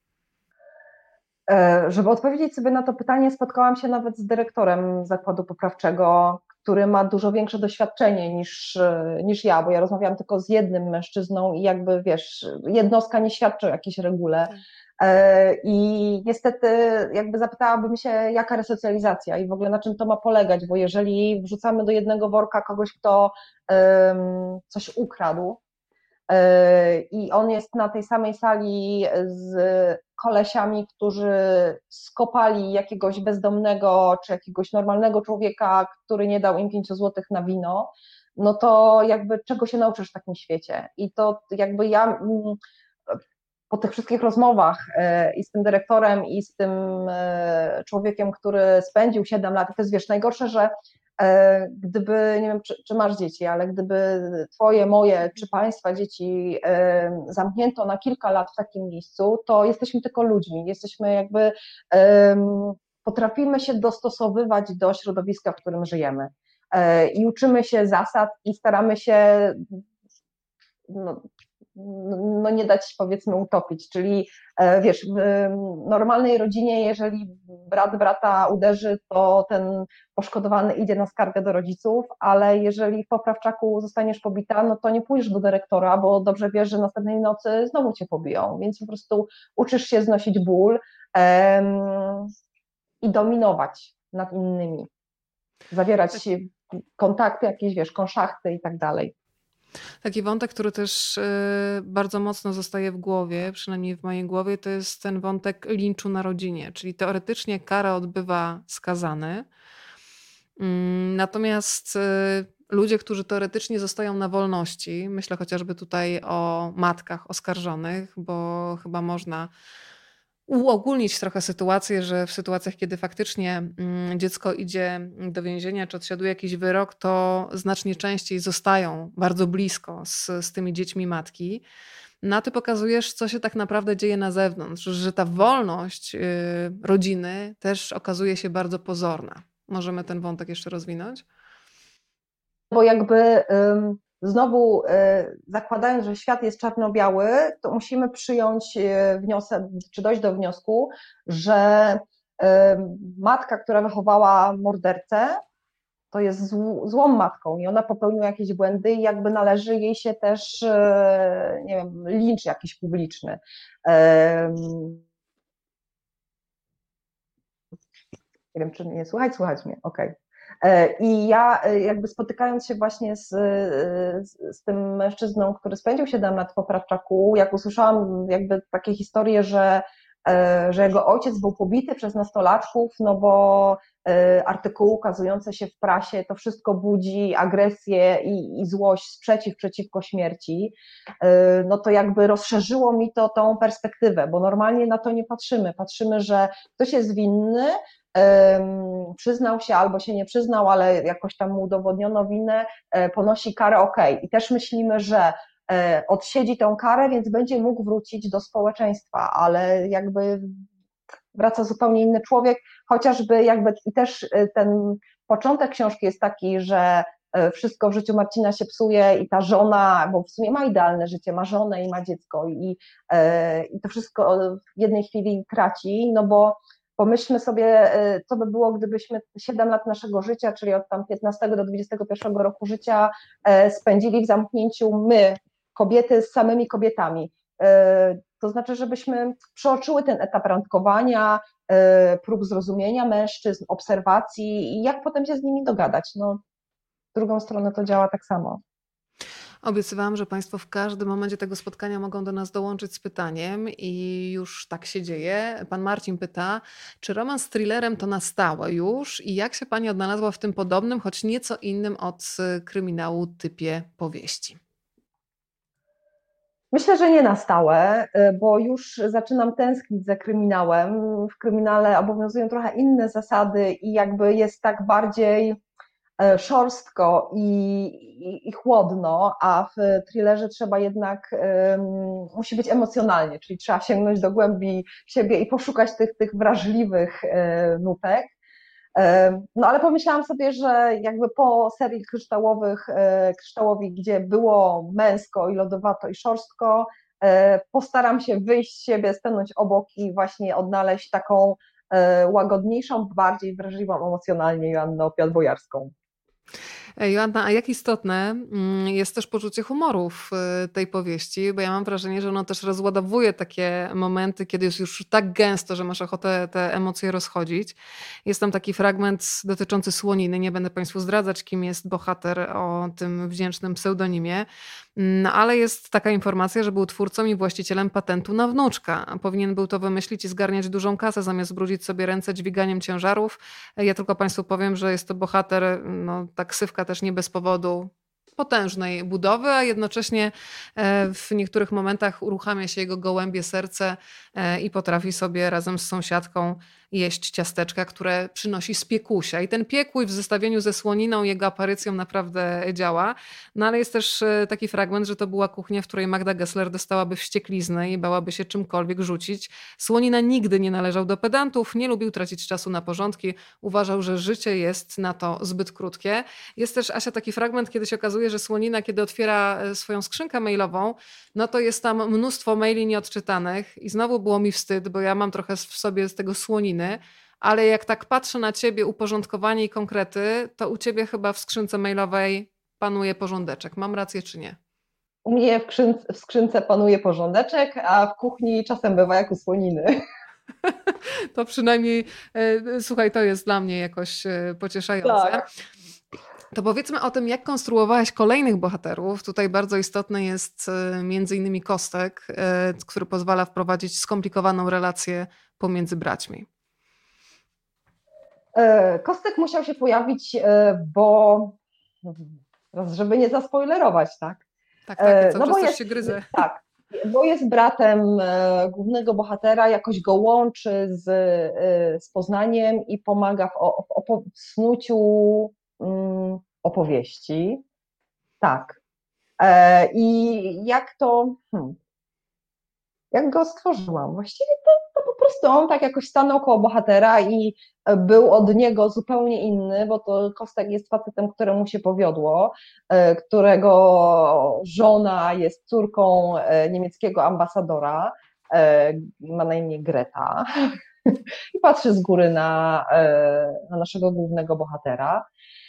Żeby odpowiedzieć sobie na to pytanie, spotkałam się nawet z dyrektorem zakładu poprawczego, który ma dużo większe doświadczenie niż ja, bo ja rozmawiałam tylko z jednym mężczyzną i jakby wiesz, jednostka nie świadczy o jakiejś regule. I niestety jakby zapytałabym się, jaka resocjalizacja i w ogóle na czym to ma polegać, bo jeżeli wrzucamy do jednego worka kogoś, kto coś ukradł, i on jest na tej samej sali z kolesiami, którzy skopali jakiegoś bezdomnego czy jakiegoś normalnego człowieka, który nie dał im 5 złotych na wino, no to jakby czego się nauczysz w takim świecie? I to jakby ja po tych wszystkich rozmowach i z tym dyrektorem, i z tym człowiekiem, który spędził 7 lat, i to jest, wiesz, najgorsze, że gdyby, nie wiem, czy masz dzieci, ale gdyby twoje, moje, czy państwa dzieci zamknięto na kilka lat w takim miejscu, to jesteśmy tylko ludźmi, jesteśmy jakby, potrafimy się dostosowywać do środowiska, w którym żyjemy i uczymy się zasad i staramy się no, no nie dać, powiedzmy, utopić, czyli wiesz, w normalnej rodzinie, jeżeli brat brata uderzy, to ten poszkodowany idzie na skargę do rodziców, ale jeżeli w poprawczaku zostaniesz pobita, no to nie pójdziesz do dyrektora, bo dobrze wiesz, że następnej nocy znowu cię pobiją, więc po prostu uczysz się znosić ból i dominować nad innymi, zawierać kontakty jakieś, wiesz, konszachty i tak dalej. Taki wątek, który też bardzo mocno zostaje w głowie, przynajmniej w mojej głowie, to jest ten wątek linczu na rodzinie, czyli teoretycznie karę odbywa skazany, natomiast ludzie, którzy teoretycznie zostają na wolności, myślę chociażby tutaj o matkach oskarżonych, bo chyba można uogólnić trochę sytuację, że w sytuacjach, kiedy faktycznie dziecko idzie do więzienia czy odsiaduje jakiś wyrok, to znacznie częściej zostają bardzo blisko z tymi dziećmi matki. No a ty pokazujesz, co się tak naprawdę dzieje na zewnątrz, że ta wolność rodziny też okazuje się bardzo pozorna. Możemy ten wątek jeszcze rozwinąć? Bo jakby znowu zakładając, że świat jest czarno-biały, to musimy przyjąć wniosek, czy dojść do wniosku, że matka, która wychowała mordercę, to jest złą matką i ona popełniła jakieś błędy i jakby należy jej się też, nie wiem, lincz jakiś publiczny. Nie wiem, czy mnie słychać? Słychać mnie, okej. I ja jakby spotykając się właśnie z tym mężczyzną, który spędził 7 lat w poprawczaku, jak usłyszałam jakby takie historie, że jego ojciec był pobity przez nastolatków, no bo artykuły ukazujące się w prasie, to wszystko budzi agresję i złość, sprzeciw przeciwko śmierci, no to jakby rozszerzyło mi to tą perspektywę, bo normalnie na to nie patrzymy. Patrzymy, że ktoś jest winny, przyznał się albo się nie przyznał, ale jakoś tam mu udowodniono winę, ponosi karę, okej. I też myślimy, że odsiedzi tę karę, więc będzie mógł wrócić do społeczeństwa, ale jakby wraca zupełnie inny człowiek, chociażby jakby i też ten początek książki jest taki, że wszystko w życiu Marcina się psuje i ta żona, bo w sumie ma idealne życie, ma żonę i ma dziecko i to wszystko w jednej chwili traci, no bo pomyślmy sobie, co by było, gdybyśmy 7 lat naszego życia, czyli od tam 15 do 21 roku życia spędzili w zamknięciu my, kobiety z samymi kobietami. To znaczy, żebyśmy przeoczyły ten etap randkowania, prób zrozumienia mężczyzn, obserwacji i jak potem się z nimi dogadać. No, w drugą stronę to działa tak samo. Obiecywałam, że Państwo w każdym momencie tego spotkania mogą do nas dołączyć z pytaniem i już tak się dzieje. Pan Marcin pyta, czy romans z thrillerem to na stałe już i jak się Pani odnalazła w tym podobnym, choć nieco innym od kryminału typie powieści? Myślę, że nie na stałe, bo już zaczynam tęsknić za kryminałem. W kryminale obowiązują trochę inne zasady i jakby jest tak bardziej szorstko i chłodno, a w thrillerze trzeba jednak, musi być emocjonalnie, czyli trzeba sięgnąć do głębi siebie i poszukać tych wrażliwych nutek. No ale pomyślałam sobie, że jakby po serii Kryształowi, gdzie było męsko i lodowato i szorstko, postaram się wyjść z siebie, stanąć obok i właśnie odnaleźć taką łagodniejszą, bardziej wrażliwą emocjonalnie Joannę Opiat-Bojarską. Joanna, a jak istotne jest też poczucie humoru w tej powieści, bo ja mam wrażenie, że ono też rozładowuje takie momenty, kiedy jest już tak gęsto, że masz ochotę te emocje rozchodzić. Jest tam taki fragment dotyczący słoniny, nie będę Państwu zdradzać, kim jest bohater o tym wdzięcznym pseudonimie, no ale jest taka informacja, że był twórcą i właścicielem patentu na wnuczka. A powinien był to wymyślić i zgarniać dużą kasę, zamiast brudzić sobie ręce dźwiganiem ciężarów. Ja tylko Państwu powiem, że jest to bohater, no, taksywka też nie bez powodu, potężnej budowy, a jednocześnie w niektórych momentach uruchamia się jego gołębie serce i potrafi sobie razem z sąsiadką jeść ciasteczka, które przynosi z piekusia. I ten piekój w zestawieniu ze słoniną, jego aparycją naprawdę działa. No ale jest też taki fragment, że to była kuchnia, w której Magda Gessler dostałaby wściekliznę i bałaby się czymkolwiek rzucić. Słonina nigdy nie należał do pedantów, nie lubił tracić czasu na porządki, uważał, że życie jest na to zbyt krótkie. Jest też, Asia, taki fragment, kiedy się okazuje, że Słonina, kiedy otwiera swoją skrzynkę mailową, no to jest tam mnóstwo maili nieodczytanych i znowu było mi wstyd, bo ja mam trochę w sobie z tego słoniny, ale jak tak patrzę na ciebie, uporządkowanie i konkrety, to u ciebie chyba w skrzynce mailowej panuje porządeczek. Mam rację czy nie? U mnie w skrzynce panuje porządeczek, a w kuchni czasem bywa jak u słoniny. To przynajmniej, słuchaj, to jest dla mnie jakoś pocieszające. Tak. To powiedzmy o tym, jak konstruowałaś kolejnych bohaterów. Tutaj bardzo istotny jest między innymi Kostek, który pozwala wprowadzić skomplikowaną relację pomiędzy braćmi. Kostek musiał się pojawić, bo teraz, żeby nie zaspoilerować, tak? Tak, tak, ja cały No czas bo też jest, się gryzę. tak, bo jest bratem głównego bohatera, jakoś go łączy z Poznaniem i pomaga w snuciu opowieści. Tak. I jak to, jak go stworzyłam? Właściwie to po prostu on tak jakoś stanął koło bohatera i był od niego zupełnie inny, bo to Kostek jest facetem, któremu się powiodło, którego żona jest córką niemieckiego ambasadora, ma na imię Greta i patrzy z góry na naszego głównego bohatera.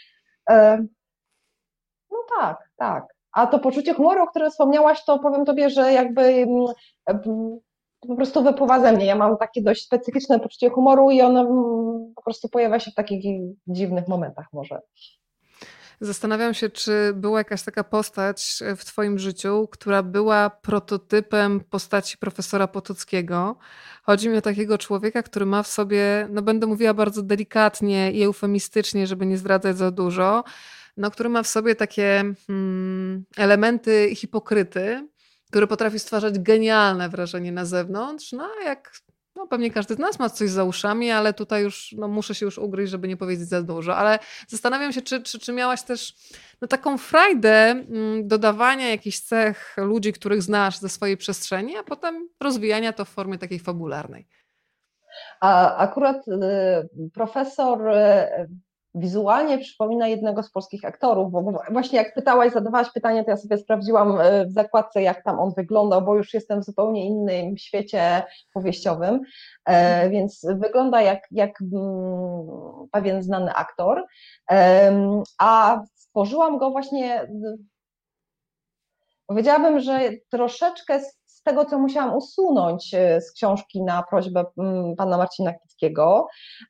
No tak, tak. A to poczucie humoru, o którym wspomniałaś, to powiem tobie, że jakby to po prostu wypływa ze mnie. Ja mam takie dość specyficzne poczucie humoru i ono po prostu pojawia się w takich dziwnych momentach może. Zastanawiam się, czy była jakaś taka postać w twoim życiu, która była prototypem postaci profesora Potockiego. Chodzi mi o takiego człowieka, który ma w sobie, no będę mówiła bardzo delikatnie i eufemistycznie, żeby nie zdradzać za dużo, no, który ma w sobie takie elementy hipokryty, który potrafi stwarzać genialne wrażenie na zewnątrz, no a jak no pewnie każdy z nas ma coś za uszami, ale tutaj już no, muszę się już ugryźć, żeby nie powiedzieć za dużo. Ale zastanawiam się, czy miałaś też no, taką frajdę dodawania jakichś cech ludzi, których znasz ze swojej przestrzeni, a potem rozwijania to w formie takiej fabularnej. A akurat profesor wizualnie przypomina jednego z polskich aktorów, bo właśnie jak pytałaś, zadawałaś pytanie, to ja sobie sprawdziłam w zakładce, jak tam on wyglądał, bo już jestem w zupełnie innym świecie powieściowym, więc wygląda jak pewien znany aktor, a stworzyłam go właśnie, powiedziałabym, że troszeczkę z tego, co musiałam usunąć z książki na prośbę pana Marcina Kickiego.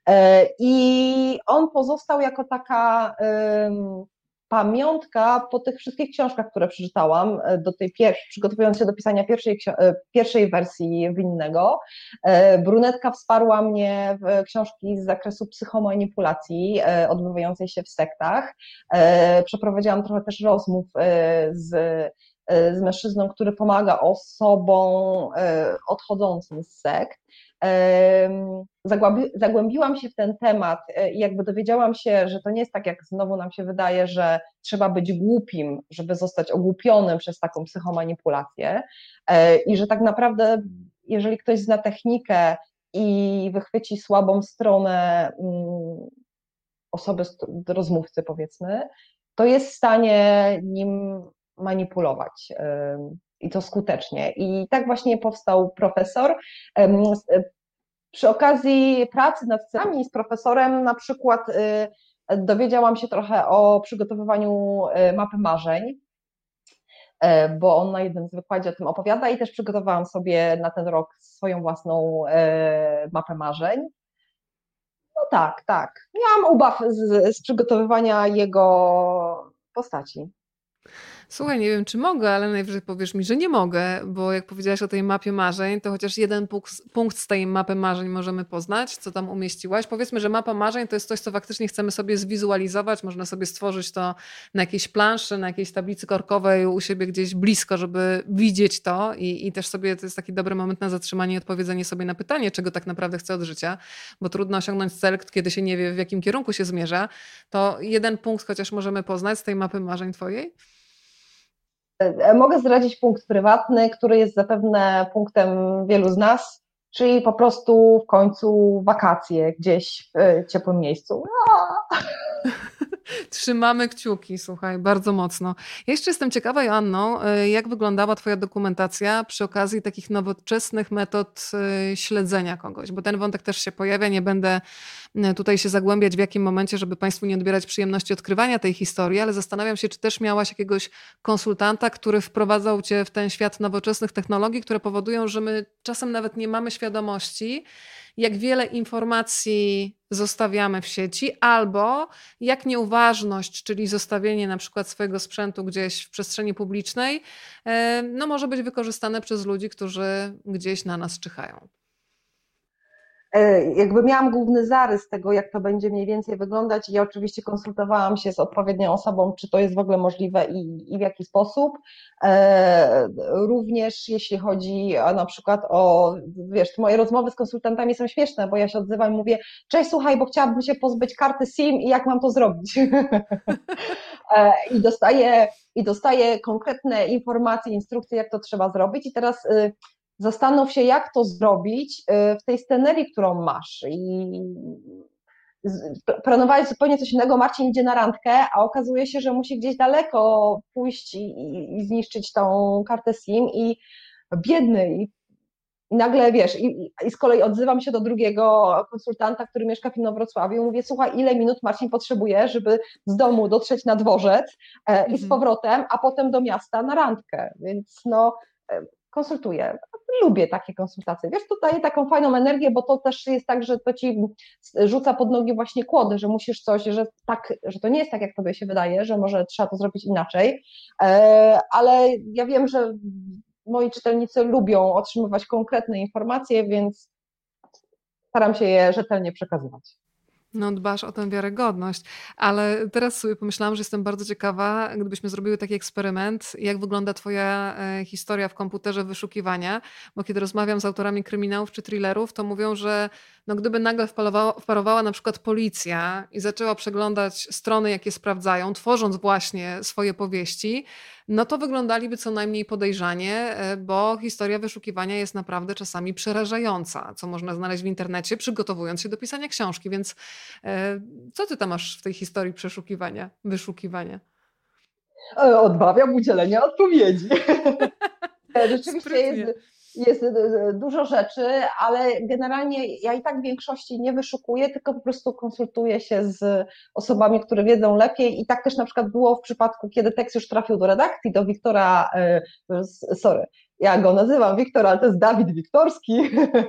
I on pozostał jako taka pamiątka po tych wszystkich książkach, które przeczytałam do tej przygotowując się do pisania pierwszej wersji Winnego. Brunetka wsparła mnie w książki z zakresu psychomanipulacji odbywającej się w sektach. Przeprowadziłam trochę też rozmów z mężczyzną, który pomaga osobom odchodzącym z sekt. Zagłębiłam się w ten temat i jakby dowiedziałam się, że to nie jest tak, jak znowu nam się wydaje, że trzeba być głupim, żeby zostać ogłupionym przez taką psychomanipulację i że tak naprawdę, jeżeli ktoś zna technikę i wychwyci słabą stronę osoby, rozmówcy powiedzmy, to jest w stanie nim manipulować i to skutecznie. I tak właśnie powstał profesor. Przy okazji pracy nad scenami z profesorem na przykład dowiedziałam się trochę o przygotowywaniu mapy marzeń, bo on na jednym z wykładzie o tym opowiada i też przygotowałam sobie na ten rok swoją własną mapę marzeń. No tak, tak. Miałam ubaw z przygotowywania jego postaci. Słuchaj, nie wiem, czy mogę, ale najwyżej powiesz mi, że nie mogę, bo jak powiedziałaś o tej mapie marzeń, to chociaż jeden punkt z tej mapy marzeń możemy poznać, co tam umieściłaś. Powiedzmy, że mapa marzeń to jest coś, co faktycznie chcemy sobie zwizualizować, można sobie stworzyć to na jakiejś planszy, na jakiejś tablicy korkowej u siebie gdzieś blisko, żeby widzieć to i też sobie to jest taki dobry moment na zatrzymanie i odpowiedzenie sobie na pytanie, czego tak naprawdę chcę od życia, bo trudno osiągnąć cel, kiedy się nie wie, w jakim kierunku się zmierza. To jeden punkt chociaż możemy poznać z tej mapy marzeń twojej? Mogę zdradzić punkt prywatny, który jest zapewne punktem wielu z nas, czyli po prostu w końcu wakacje gdzieś w ciepłym miejscu. Trzymamy kciuki, słuchaj, bardzo mocno. Ja jeszcze jestem ciekawa, Joanno, jak wyglądała twoja dokumentacja przy okazji takich nowoczesnych metod śledzenia kogoś, bo ten wątek też się pojawia, nie będę tutaj się zagłębiać w jakim momencie, żeby państwu nie odbierać przyjemności odkrywania tej historii, ale zastanawiam się, czy też miałaś jakiegoś konsultanta, który wprowadzał cię w ten świat nowoczesnych technologii, które powodują, że my czasem nawet nie mamy świadomości, jak wiele informacji zostawiamy w sieci, albo jak nieuważność, czyli zostawienie na przykład swojego sprzętu gdzieś w przestrzeni publicznej, no może być wykorzystane przez ludzi, którzy gdzieś na nas czyhają. Jakby miałam główny zarys tego, jak to będzie mniej więcej wyglądać i ja oczywiście konsultowałam się z odpowiednią osobą, czy to jest w ogóle możliwe i w jaki sposób. Również jeśli chodzi na przykład o, wiesz, moje rozmowy z konsultantami są śmieszne, bo ja się odzywam i mówię, cześć, słuchaj, bo chciałabym się pozbyć karty SIM i jak mam to zrobić? I dostaję konkretne informacje, instrukcje, jak to trzeba zrobić i teraz zastanów się, jak to zrobić w tej scenerii, którą masz. I planowałeś zupełnie coś innego, Marcin idzie na randkę, a okazuje się, że musi gdzieś daleko pójść i zniszczyć tą kartę SIM i biedny. I nagle, wiesz, i z kolei odzywam się do drugiego konsultanta, który mieszka w Inowrocławiu i mówię, słuchaj, ile minut Marcin potrzebuje, żeby z domu dotrzeć na dworzec i z powrotem, a potem do miasta na randkę. Więc no, konsultuję. Lubię takie konsultacje. Wiesz, to daje taką fajną energię, bo to też jest tak, że to ci rzuca pod nogi właśnie kłody, że musisz coś, że to nie jest tak, jak tobie się wydaje, że może trzeba to zrobić inaczej, ale ja wiem, że moi czytelnicy lubią otrzymywać konkretne informacje, więc staram się je rzetelnie przekazywać. No, dbasz o tę wiarygodność, ale teraz sobie pomyślałam, że jestem bardzo ciekawa, gdybyśmy zrobiły taki eksperyment, jak wygląda twoja historia w komputerze wyszukiwania, bo kiedy rozmawiam z autorami kryminałów czy thrillerów, to mówią, że no, gdyby nagle wparowała na przykład policja i zaczęła przeglądać strony, jakie sprawdzają, tworząc właśnie swoje powieści, no to wyglądaliby co najmniej podejrzanie, bo historia wyszukiwania jest naprawdę czasami przerażająca, co można znaleźć w internecie, przygotowując się do pisania książki, więc co ty tam masz w tej historii przeszukiwania, wyszukiwania? Odmawiam udzielenia odpowiedzi. Rzeczywiście Sprytnie. jest dużo rzeczy, ale generalnie ja i tak w większości nie wyszukuję, tylko po prostu konsultuję się z osobami, które wiedzą lepiej i tak też na przykład było w przypadku, kiedy tekst już trafił do redakcji, do Wiktora, sorry, ja go nazywam Wiktor, ale to jest Dawid Wiktorski,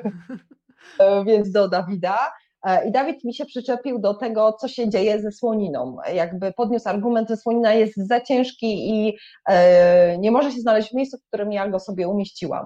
więc do Dawida. I Dawid mi się przyczepił do tego, co się dzieje ze słoniną. Jakby podniósł argument, że słonina jest za ciężki i nie może się znaleźć w miejscu, w którym ja go sobie umieściłam.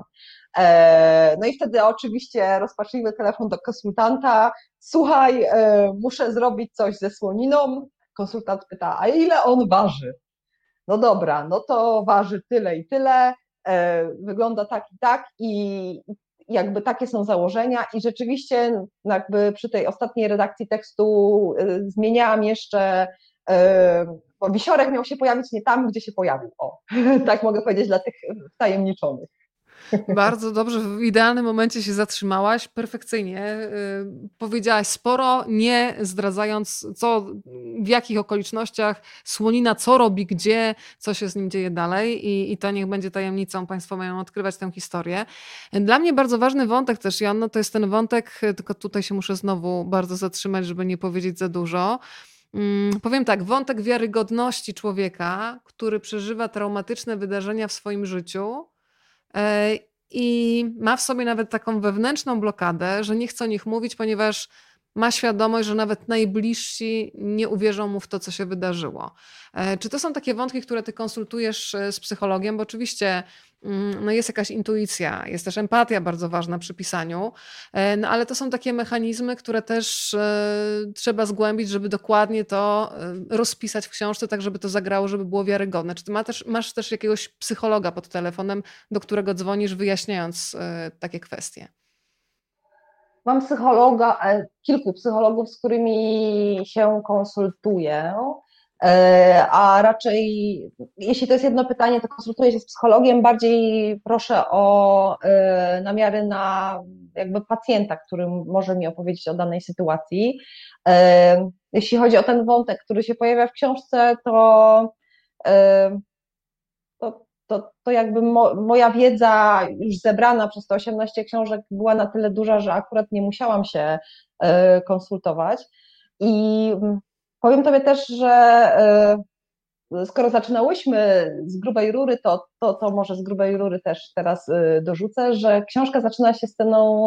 No i wtedy oczywiście rozpaczliwy telefon do konsultanta. Słuchaj, muszę zrobić coś ze słoniną. Konsultant pyta, a ile on waży? No dobra, no to waży tyle i tyle, wygląda tak i tak i jakby takie są założenia i rzeczywiście jakby przy tej ostatniej redakcji tekstu zmieniałam jeszcze, bo wisiorek miał się pojawić nie tam, gdzie się pojawił. O, tak mogę powiedzieć dla tych wtajemniczonych. Bardzo dobrze, w idealnym momencie się zatrzymałaś, perfekcyjnie. Powiedziałaś sporo, nie zdradzając w jakich okolicznościach słonina co robi, gdzie, co się z nim dzieje dalej i to niech będzie tajemnicą, państwo mają odkrywać tę historię. Dla mnie bardzo ważny wątek też, Joanno, to jest ten wątek, tylko tutaj się muszę znowu bardzo zatrzymać, żeby nie powiedzieć za dużo, Powiem tak, wątek wiarygodności człowieka, który przeżywa traumatyczne wydarzenia w swoim życiu, e, i ma w sobie nawet taką wewnętrzną blokadę, że nie chce o nich mówić, ponieważ ma świadomość, że nawet najbliżsi nie uwierzą mu w to, co się wydarzyło. Czy to są takie wątki, które ty konsultujesz z psychologiem? Bo oczywiście no jest jakaś intuicja, jest też empatia bardzo ważna przy pisaniu, no ale to są takie mechanizmy, które też trzeba zgłębić, żeby dokładnie to rozpisać w książce, tak żeby to zagrało, żeby było wiarygodne. Czy ty masz też jakiegoś psychologa pod telefonem, do którego dzwonisz, wyjaśniając takie kwestie? Mam psychologa, kilku psychologów, z którymi się konsultuję, a raczej jeśli to jest jedno pytanie, to konsultuję się z psychologiem, bardziej proszę o namiary na jakby pacjenta, który może mi opowiedzieć o danej sytuacji. Jeśli chodzi o ten wątek, który się pojawia w książce, to jakby moja wiedza już zebrana przez te 18 książek była na tyle duża, że akurat nie musiałam się konsultować. I powiem Tobie też, że skoro zaczynałyśmy z grubej rury, to może z grubej rury też teraz dorzucę, że książka zaczyna się sceną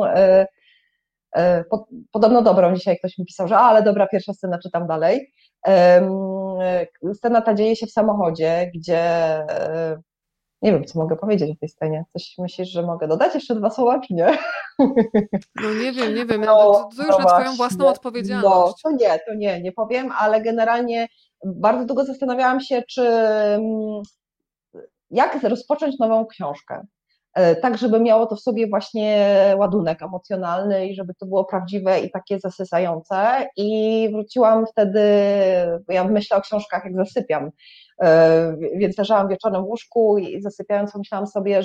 podobno dobrą. Dzisiaj ktoś mi pisał, że ale dobra, pierwsza scena, czytam dalej. Scena ta dzieje się w samochodzie, gdzie nie wiem, co mogę powiedzieć o tej scenie. Coś myślisz, że mogę dodać jeszcze 2 słowa, czy nie? No nie wiem, nie wiem. To już No na twoją własną właśnie. No, odpowiedzialność. to nie powiem, ale generalnie bardzo długo zastanawiałam się, jak rozpocząć nową książkę. Tak, żeby miało to w sobie właśnie ładunek emocjonalny i żeby to było prawdziwe i takie zasysające. I wróciłam wtedy, bo ja myślę o książkach, jak zasypiam, więc leżałam wieczorem w łóżku i zasypiając pomyślałam sobie,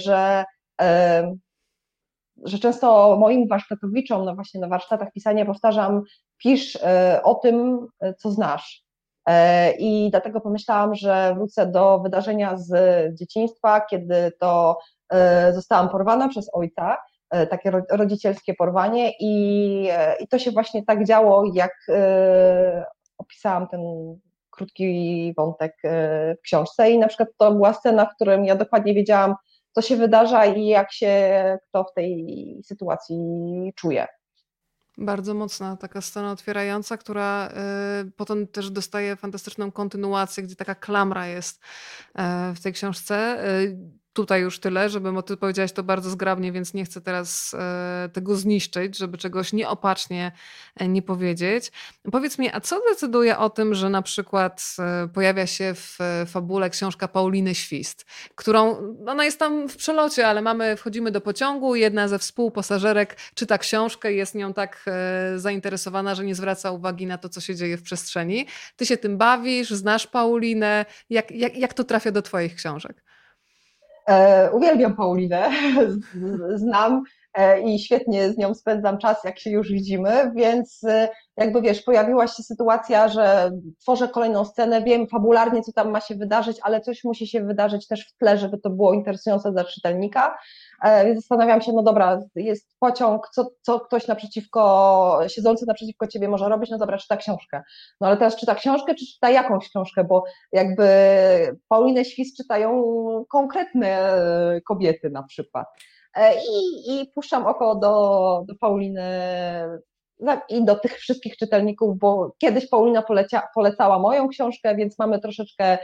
że często moim warsztatowiczom, no właśnie na warsztatach pisania powtarzam, pisz o tym, co znasz. I dlatego pomyślałam, że wrócę do wydarzenia z dzieciństwa, kiedy to zostałam porwana przez ojca, takie rodzicielskie porwanie i to się właśnie tak działo, jak opisałam ten krótki wątek w książce i na przykład to była scena, w którym ja dokładnie wiedziałam, co się wydarza i jak się kto w tej sytuacji czuje. Bardzo mocna taka scena otwierająca, która potem też dostaje fantastyczną kontynuację, gdzie taka klamra jest w tej książce. Tutaj już tyle, bo ty powiedziałaś to bardzo zgrabnie, więc nie chcę teraz tego zniszczyć, żeby czegoś nieopatrznie nie powiedzieć. Powiedz mi, a co decyduje o tym, że na przykład pojawia się w fabule książka Pauliny Świst, którą, ona jest tam w przelocie, ale wchodzimy do pociągu, jedna ze współpasażerek czyta książkę i jest nią tak zainteresowana, że nie zwraca uwagi na to, co się dzieje w przestrzeni. Ty się tym bawisz, znasz Paulinę. Jak to trafia do twoich książek? Uwielbiam Paulinę, znam i świetnie z nią spędzam czas, jak się już widzimy, więc jakby wiesz, pojawiła się sytuacja, że tworzę kolejną scenę, wiem fabularnie, co tam ma się wydarzyć, ale coś musi się wydarzyć też w tle, żeby to było interesujące dla czytelnika. Więc zastanawiam się, no dobra, jest pociąg, co ktoś siedzący naprzeciwko ciebie może robić, no dobra, czyta książkę. No ale teraz czyta książkę, czy czyta jakąś książkę, bo jakby Paulinę Świst czytają konkretne kobiety na przykład. I puszczam oko do Pauliny i do tych wszystkich czytelników, bo kiedyś Paulina polecała moją książkę, więc mamy troszeczkę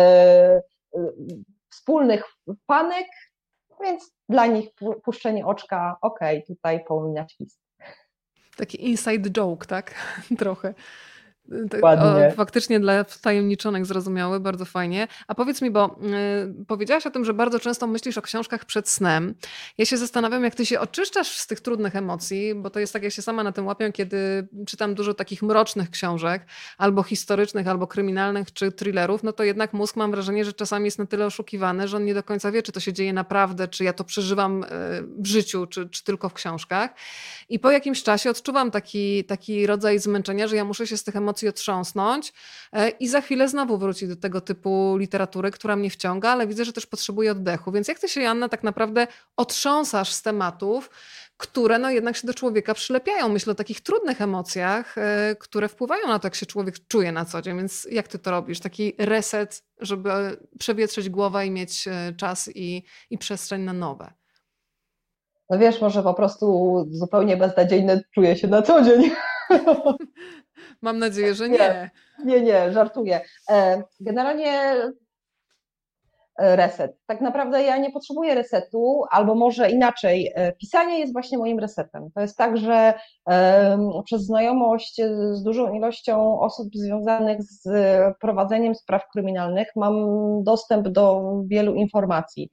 wspólnych panek, więc dla nich puszczenie oczka, okej, tutaj Paulina Świst. Taki inside joke, tak? Trochę. Ładnie. Faktycznie dla wtajemniczonych zrozumiałe, bardzo fajnie. A powiedz mi, bo powiedziałaś o tym, że bardzo często myślisz o książkach przed snem. Ja się zastanawiam, jak ty się oczyszczasz z tych trudnych emocji, bo to jest tak, ja się sama na tym łapię, kiedy czytam dużo takich mrocznych książek, albo historycznych, albo kryminalnych, czy thrillerów, no to jednak mózg, mam wrażenie, że czasami jest na tyle oszukiwany, że on nie do końca wie, czy to się dzieje naprawdę, czy ja to przeżywam w życiu, czy tylko w książkach. I po jakimś czasie odczuwam taki rodzaj zmęczenia, że ja muszę się z tych emocji otrząsnąć i za chwilę znowu wrócić do tego typu literatury, która mnie wciąga, ale widzę, że też potrzebuję oddechu. Więc jak ty się, Joanna, tak naprawdę otrząsasz z tematów, które no jednak się do człowieka przylepiają. Myślę o takich trudnych emocjach, które wpływają na to, jak się człowiek czuje na co dzień. Więc jak ty to robisz? Taki reset, żeby przewietrzyć głowę i mieć czas i przestrzeń na nowe. No wiesz, może po prostu zupełnie beznadziejne czuję się na co dzień. Mam nadzieję, że Nie, nie. nie, żartuję. Generalnie reset. Tak naprawdę ja nie potrzebuję resetu, albo może inaczej, pisanie jest właśnie moim resetem. To jest tak, że przez znajomość z dużą ilością osób związanych z prowadzeniem spraw kryminalnych mam dostęp do wielu informacji.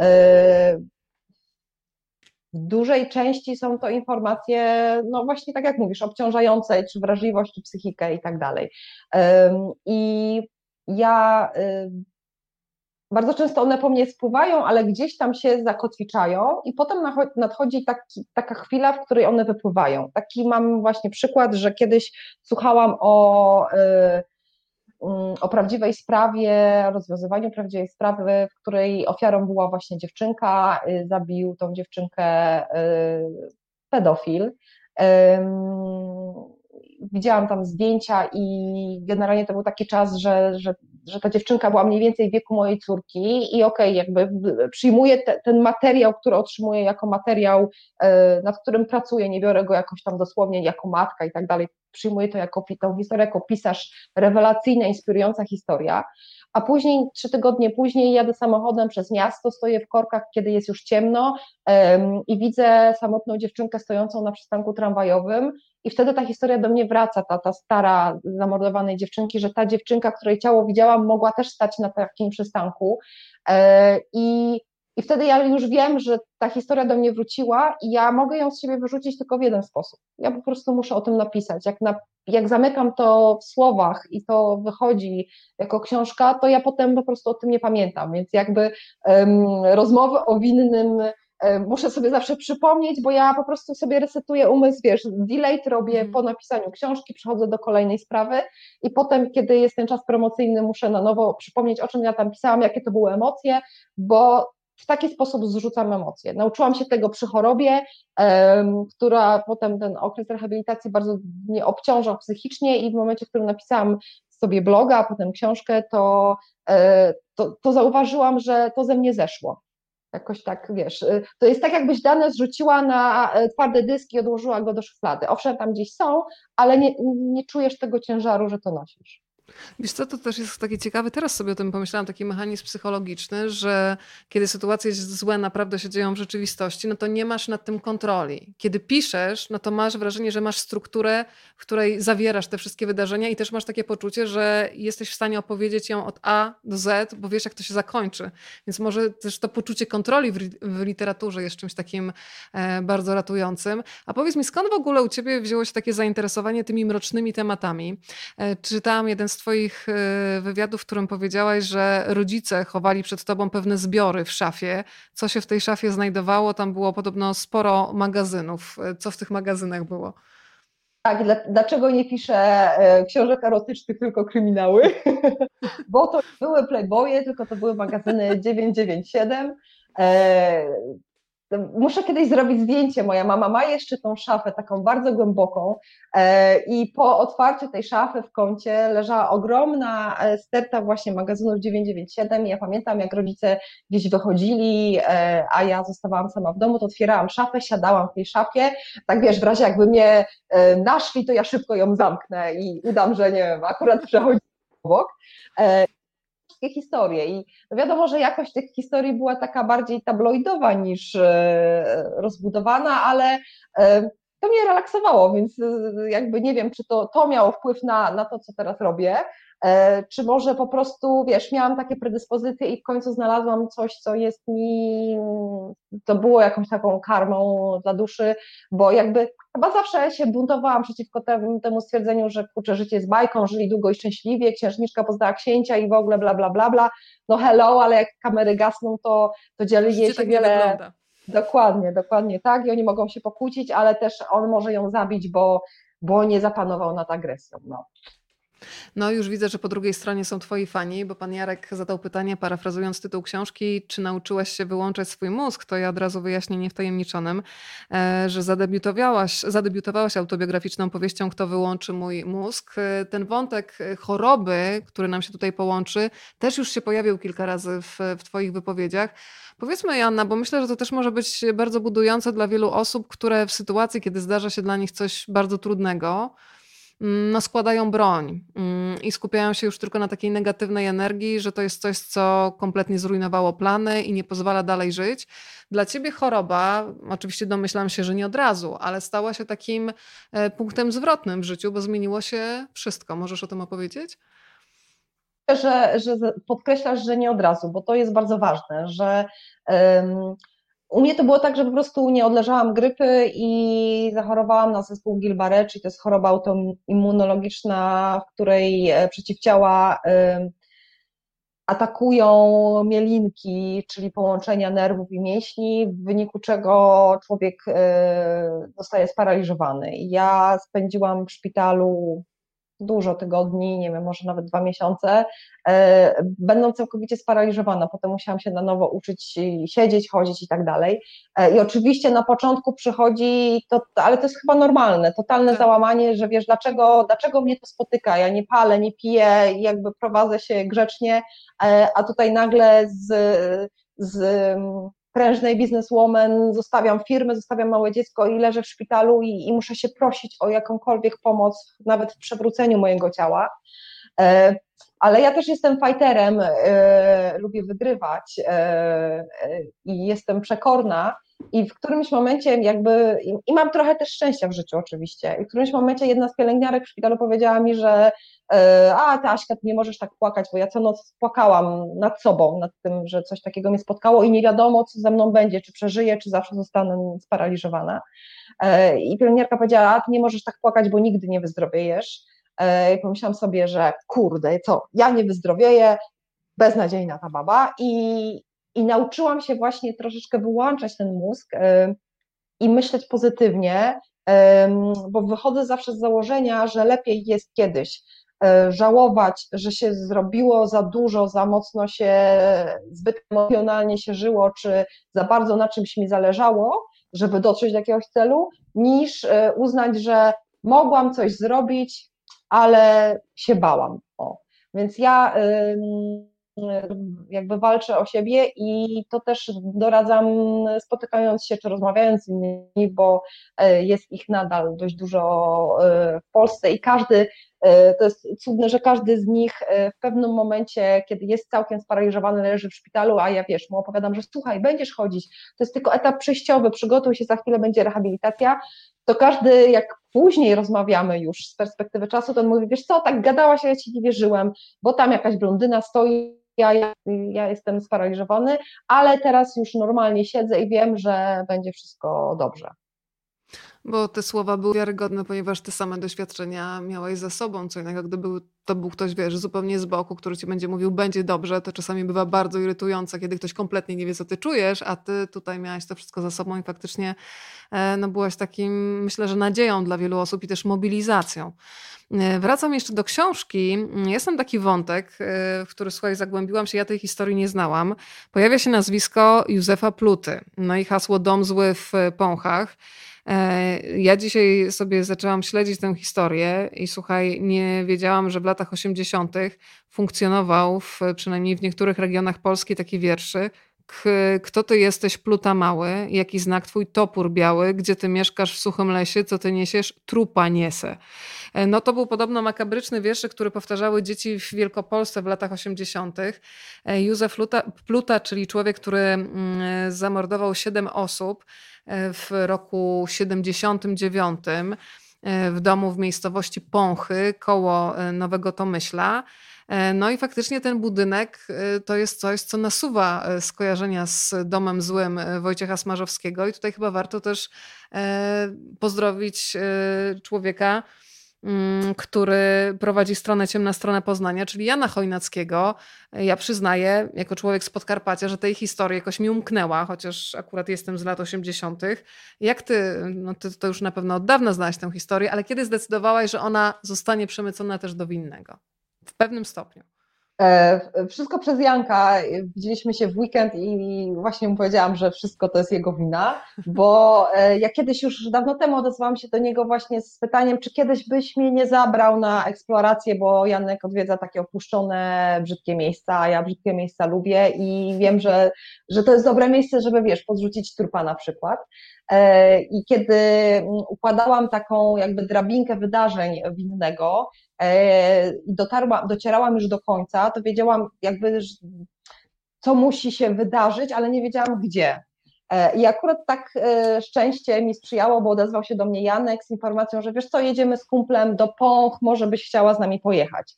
W dużej części są to informacje, no właśnie tak jak mówisz, obciążające, czy wrażliwość, czy psychikę i tak dalej. I ja bardzo często one po mnie spływają, ale gdzieś tam się zakotwiczają i potem nadchodzi taka chwila, w której one wypływają. Taki mam właśnie przykład, że kiedyś słuchałam o prawdziwej sprawie, rozwiązywaniu prawdziwej sprawy, w której ofiarą była właśnie dziewczynka, zabił tą dziewczynkę pedofil. Widziałam tam zdjęcia i generalnie to był taki czas, że ta dziewczynka była mniej więcej w wieku mojej córki i okej, jakby przyjmuję ten materiał, który otrzymuję jako materiał, nad którym pracuję, nie biorę go jakoś tam dosłownie jako matka i tak dalej, przyjmuję to jako tą historię jako pisarz, rewelacyjna, inspirująca historia, a później, 3 tygodnie później jadę samochodem przez miasto, stoję w korkach, kiedy jest już ciemno i widzę samotną dziewczynkę stojącą na przystanku tramwajowym i wtedy ta historia do mnie wraca, ta stara zamordowanej dziewczynki, że ta dziewczynka, której ciało widziałam, mogła też stać na takim przystanku i wtedy ja już wiem, że ta historia do mnie wróciła i ja mogę ją z siebie wyrzucić tylko w jeden sposób. Ja po prostu muszę o tym napisać. Jak zamykam to w słowach i to wychodzi jako książka, to ja potem po prostu o tym nie pamiętam, więc jakby rozmowy o winnym muszę sobie zawsze przypomnieć, bo ja po prostu sobie resetuję umysł, wiesz, delete robię po napisaniu książki, przechodzę do kolejnej sprawy i potem, kiedy jest ten czas promocyjny, muszę na nowo przypomnieć, o czym ja tam pisałam, jakie to były emocje, bo w taki sposób zrzucam emocje. Nauczyłam się tego przy chorobie, która potem ten okres rehabilitacji bardzo mnie obciążał psychicznie i w momencie, w którym napisałam sobie bloga, a potem książkę, to zauważyłam, że to ze mnie zeszło. Jakoś tak, wiesz, to jest tak, jakbyś dane zrzuciła na twardy dysk i odłożyła go do szuflady. Owszem, tam gdzieś są, ale nie czujesz tego ciężaru, że to nosisz. Wiesz co, to też jest takie ciekawe, teraz sobie o tym pomyślałam, taki mechanizm psychologiczny, że kiedy sytuacje złe naprawdę się dzieją w rzeczywistości, no to nie masz nad tym kontroli. Kiedy piszesz, no to masz wrażenie, że masz strukturę, w której zawierasz te wszystkie wydarzenia i też masz takie poczucie, że jesteś w stanie opowiedzieć ją od A do Z, bo wiesz, jak to się zakończy. Więc może też to poczucie kontroli w literaturze jest czymś takim bardzo ratującym. A powiedz mi, skąd w ogóle u ciebie wzięło się takie zainteresowanie tymi mrocznymi tematami? Czytałam jeden z twoich wywiadów, w którym powiedziałaś, że rodzice chowali przed tobą pewne zbiory w szafie. Co się w tej szafie znajdowało? Tam było podobno sporo magazynów. Co w tych magazynach było? Tak, dlaczego nie piszę książek erotycznych, tylko kryminały? Bo to nie były Playboye, tylko to były magazyny 997. Muszę kiedyś zrobić zdjęcie. Moja mama ma jeszcze tą szafę taką bardzo głęboką i po otwarciu tej szafy w kącie leżała ogromna sterta właśnie magazynów 997. Ja pamiętam, jak rodzice gdzieś wychodzili, a ja zostawałam sama w domu, to otwierałam szafę, siadałam w tej szafie, tak wiesz, w razie jakby mnie naszli, to ja szybko ją zamknę i udam, że nie wiem, akurat przechodzi obok. Wszystkie historie i no wiadomo, że jakość tych historii była taka bardziej tabloidowa niż rozbudowana, ale to mnie relaksowało, więc jakby nie wiem, czy to miało wpływ na to, co teraz robię, czy może po prostu, wiesz, miałam takie predyspozycje i w końcu znalazłam coś, co jest mi, to było jakąś taką karmą dla duszy, bo jakby chyba zawsze się buntowałam przeciwko temu stwierdzeniu, że kurczę, życie jest bajką, żyli długo i szczęśliwie, księżniczka poznała księcia i w ogóle bla, bla, bla, bla. No hello, ale jak kamery gasną, to dzieje Życie się tak nie wiele... wygląda. Dokładnie tak i oni mogą się pokłócić, ale też on może ją zabić, bo nie zapanował nad agresją. No. No już widzę, że po drugiej stronie są twoi fani, bo pan Jarek zadał pytanie, parafrazując tytuł książki, czy nauczyłaś się wyłączać swój mózg? To ja od razu wyjaśnię niewtajemniczonym, że zadebiutowałaś autobiograficzną powieścią Kto wyłączy mój mózg. Ten wątek choroby, który nam się tutaj połączy, też już się pojawił kilka razy w twoich wypowiedziach. Powiedzmy, Joanna, bo myślę, że to też może być bardzo budujące dla wielu osób, które w sytuacji, kiedy zdarza się dla nich coś bardzo trudnego, no składają broń i skupiają się już tylko na takiej negatywnej energii, że to jest coś, co kompletnie zrujnowało plany i nie pozwala dalej żyć. Dla ciebie choroba, oczywiście domyślam się, że nie od razu, ale stała się takim punktem zwrotnym w życiu, bo zmieniło się wszystko. Możesz o tym opowiedzieć? Że podkreślasz, że nie od razu, bo to jest bardzo ważne, że um, u mnie to było tak, że po prostu nie odleżałam grypy i zachorowałam na zespół Guillain-Barré, czyli to jest choroba autoimmunologiczna, w której przeciwciała atakują mielinki, czyli połączenia nerwów i mięśni, w wyniku czego człowiek zostaje sparaliżowany. Ja spędziłam w szpitalu dużo tygodni, nie wiem, może nawet 2 miesiące, będąc całkowicie sparaliżowana. Potem musiałam się na nowo uczyć siedzieć, chodzić i tak dalej. I oczywiście na początku przychodzi, ale to jest chyba normalne, totalne Tak. załamanie, że wiesz, dlaczego mnie to spotyka, ja nie palę, nie piję, jakby prowadzę się grzecznie, a tutaj nagle z prężnej bizneswoman, zostawiam firmę, zostawiam małe dziecko i leżę w szpitalu i muszę się prosić o jakąkolwiek pomoc, nawet w przewróceniu mojego ciała. Ale ja też jestem fighterem, lubię wygrywać i jestem przekorna i w którymś momencie i mam trochę też szczęścia w życiu oczywiście, i w którymś momencie jedna z pielęgniarek w szpitalu powiedziała mi, że ty Aśka, ty nie możesz tak płakać, bo ja co noc płakałam nad sobą, nad tym, że coś takiego mnie spotkało i nie wiadomo, co ze mną będzie, czy przeżyję, czy zawsze zostanę sparaliżowana. I pielęgniarka powiedziała, a ty nie możesz tak płakać, bo nigdy nie wyzdrowiejesz. I pomyślałam sobie, że kurde, co, ja nie wyzdrowieję, beznadziejna ta baba i nauczyłam się właśnie troszeczkę wyłączać ten mózg i myśleć pozytywnie, bo wychodzę zawsze z założenia, że lepiej jest kiedyś żałować, że się zrobiło za dużo, za mocno się, zbyt emocjonalnie się żyło, czy za bardzo na czymś mi zależało, żeby dotrzeć do jakiegoś celu, niż uznać, że mogłam coś zrobić, ale się bałam. O. Więc ja jakby walczę o siebie i to też doradzam, spotykając się czy rozmawiając z innymi, bo jest ich nadal dość dużo w Polsce i to jest cudne, że każdy z nich w pewnym momencie, kiedy jest całkiem sparaliżowany, leży w szpitalu, a ja wiesz, mu opowiadam, że słuchaj, będziesz chodzić, to jest tylko etap przejściowy, przygotuj się, za chwilę będzie rehabilitacja, to każdy, jak później rozmawiamy już z perspektywy czasu, to on mówi, wiesz co, tak gadałaś, a ja ci nie wierzyłem, bo tam jakaś blondyna stoi, ja jestem sparaliżowany, ale teraz już normalnie siedzę i wiem, że będzie wszystko dobrze. Bo te słowa były wiarygodne, ponieważ te same doświadczenia miałeś za sobą. Co innego, gdyby to był ktoś, wiesz, zupełnie z boku, który ci będzie mówił, będzie dobrze, to czasami bywa bardzo irytujące, kiedy ktoś kompletnie nie wie, co ty czujesz, a ty tutaj miałaś to wszystko za sobą i faktycznie no, byłaś takim, myślę, że nadzieją dla wielu osób i też mobilizacją. Wracam jeszcze do książki. Jest tam taki wątek, w który, słuchaj, zagłębiłam się, ja tej historii nie znałam. Pojawia się nazwisko Józefa Pluty, no i hasło Dom zły w Pąchach. Ja dzisiaj sobie zaczęłam śledzić tę historię i słuchaj, nie wiedziałam, że w latach 80. funkcjonował przynajmniej w niektórych regionach Polski taki wierszy. Kto ty jesteś, Pluta mały? Jaki znak twój topór biały? Gdzie ty mieszkasz w suchym lesie? Co ty niesiesz? Trupa niesę. No to był podobno makabryczny wierszyk, który powtarzały dzieci w Wielkopolsce w latach 80. Józef Pluta, czyli człowiek, który zamordował 7 osób w roku 79 w domu w miejscowości Pąchy koło Nowego Tomyśla. No i faktycznie ten budynek to jest coś, co nasuwa skojarzenia z domem złym Wojciecha Smarzowskiego i tutaj chyba warto też pozdrowić człowieka, który prowadzi stronę Ciemna Strona Poznania, czyli Jana Chojnackiego. Ja przyznaję, jako człowiek z Podkarpacia, że tej historii jakoś mi umknęła, chociaż akurat jestem z lat 80. Jak ty, no ty to już na pewno od dawna znałaś tę historię, ale kiedy zdecydowałaś, że ona zostanie przemycona też do winnego? W pewnym stopniu. Wszystko przez Janka. Widzieliśmy się w weekend i właśnie mu powiedziałam, że wszystko to jest jego wina, bo ja kiedyś już dawno temu odezwałam się do niego właśnie z pytaniem, czy kiedyś byś mnie nie zabrał na eksplorację, bo Janek odwiedza takie opuszczone, brzydkie miejsca, a ja brzydkie miejsca lubię i wiem, że to jest dobre miejsce, żeby, wiesz, podrzucić trupa na przykład. I kiedy układałam taką jakby drabinkę wydarzeń winnego, i docierałam już do końca, to wiedziałam jakby, co musi się wydarzyć, ale nie wiedziałam gdzie. I akurat tak szczęście mi sprzyjało, bo odezwał się do mnie Janek z informacją, że wiesz co, jedziemy z kumplem do Pąch, może byś chciała z nami pojechać.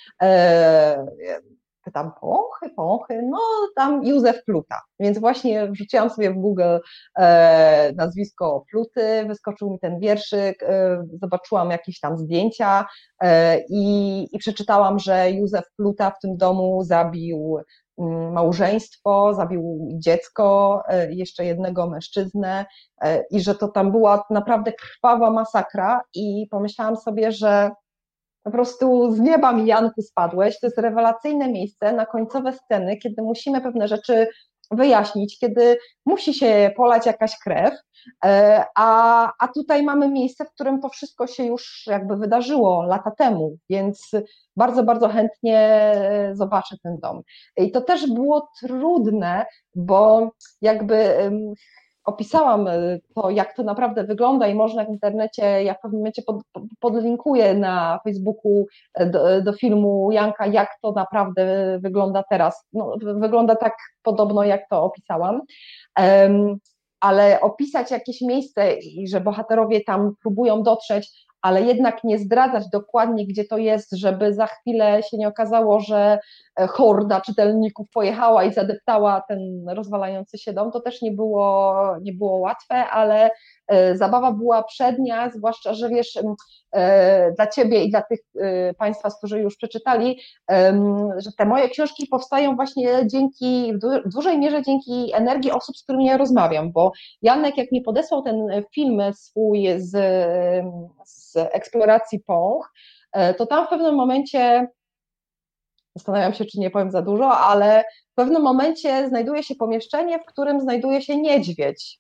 Pytam, Pąchy, no tam Józef Pluta, więc właśnie wrzuciłam sobie w Google nazwisko Pluty, wyskoczył mi ten wierszyk, zobaczyłam jakieś tam zdjęcia i przeczytałam, że Józef Pluta w tym domu zabił małżeństwo, zabił dziecko, jeszcze jednego mężczyznę i że to tam była naprawdę krwawa masakra i pomyślałam sobie, że po prostu z nieba mi, Janku, spadłeś. To jest rewelacyjne miejsce na końcowe sceny, kiedy musimy pewne rzeczy wyjaśnić, kiedy musi się polać jakaś krew, a tutaj mamy miejsce, w którym to wszystko się już jakby wydarzyło lata temu, więc bardzo, bardzo chętnie zobaczę ten dom. I to też było trudne, bo jakby opisałam to, jak to naprawdę wygląda i można w internecie, ja w pewnym momencie podlinkuję na Facebooku do filmu Janka, jak to naprawdę wygląda teraz. No, wygląda tak podobno, jak to opisałam. Ale opisać jakieś miejsce i że bohaterowie tam próbują dotrzeć, ale jednak nie zdradzać dokładnie, gdzie to jest, żeby za chwilę się nie okazało, że horda czytelników pojechała i zadeptała ten rozwalający się dom, to też nie było łatwe, ale zabawa była przednia, zwłaszcza, że wiesz, dla Ciebie i dla tych Państwa, którzy już przeczytali, że te moje książki powstają właśnie w dużej mierze dzięki energii osób, z którymi ja rozmawiam, bo Janek, jak mi podesłał ten film swój z eksploracji Pąch, to tam w pewnym momencie, zastanawiam się, czy nie powiem za dużo, ale w pewnym momencie znajduje się pomieszczenie, w którym znajduje się niedźwiedź,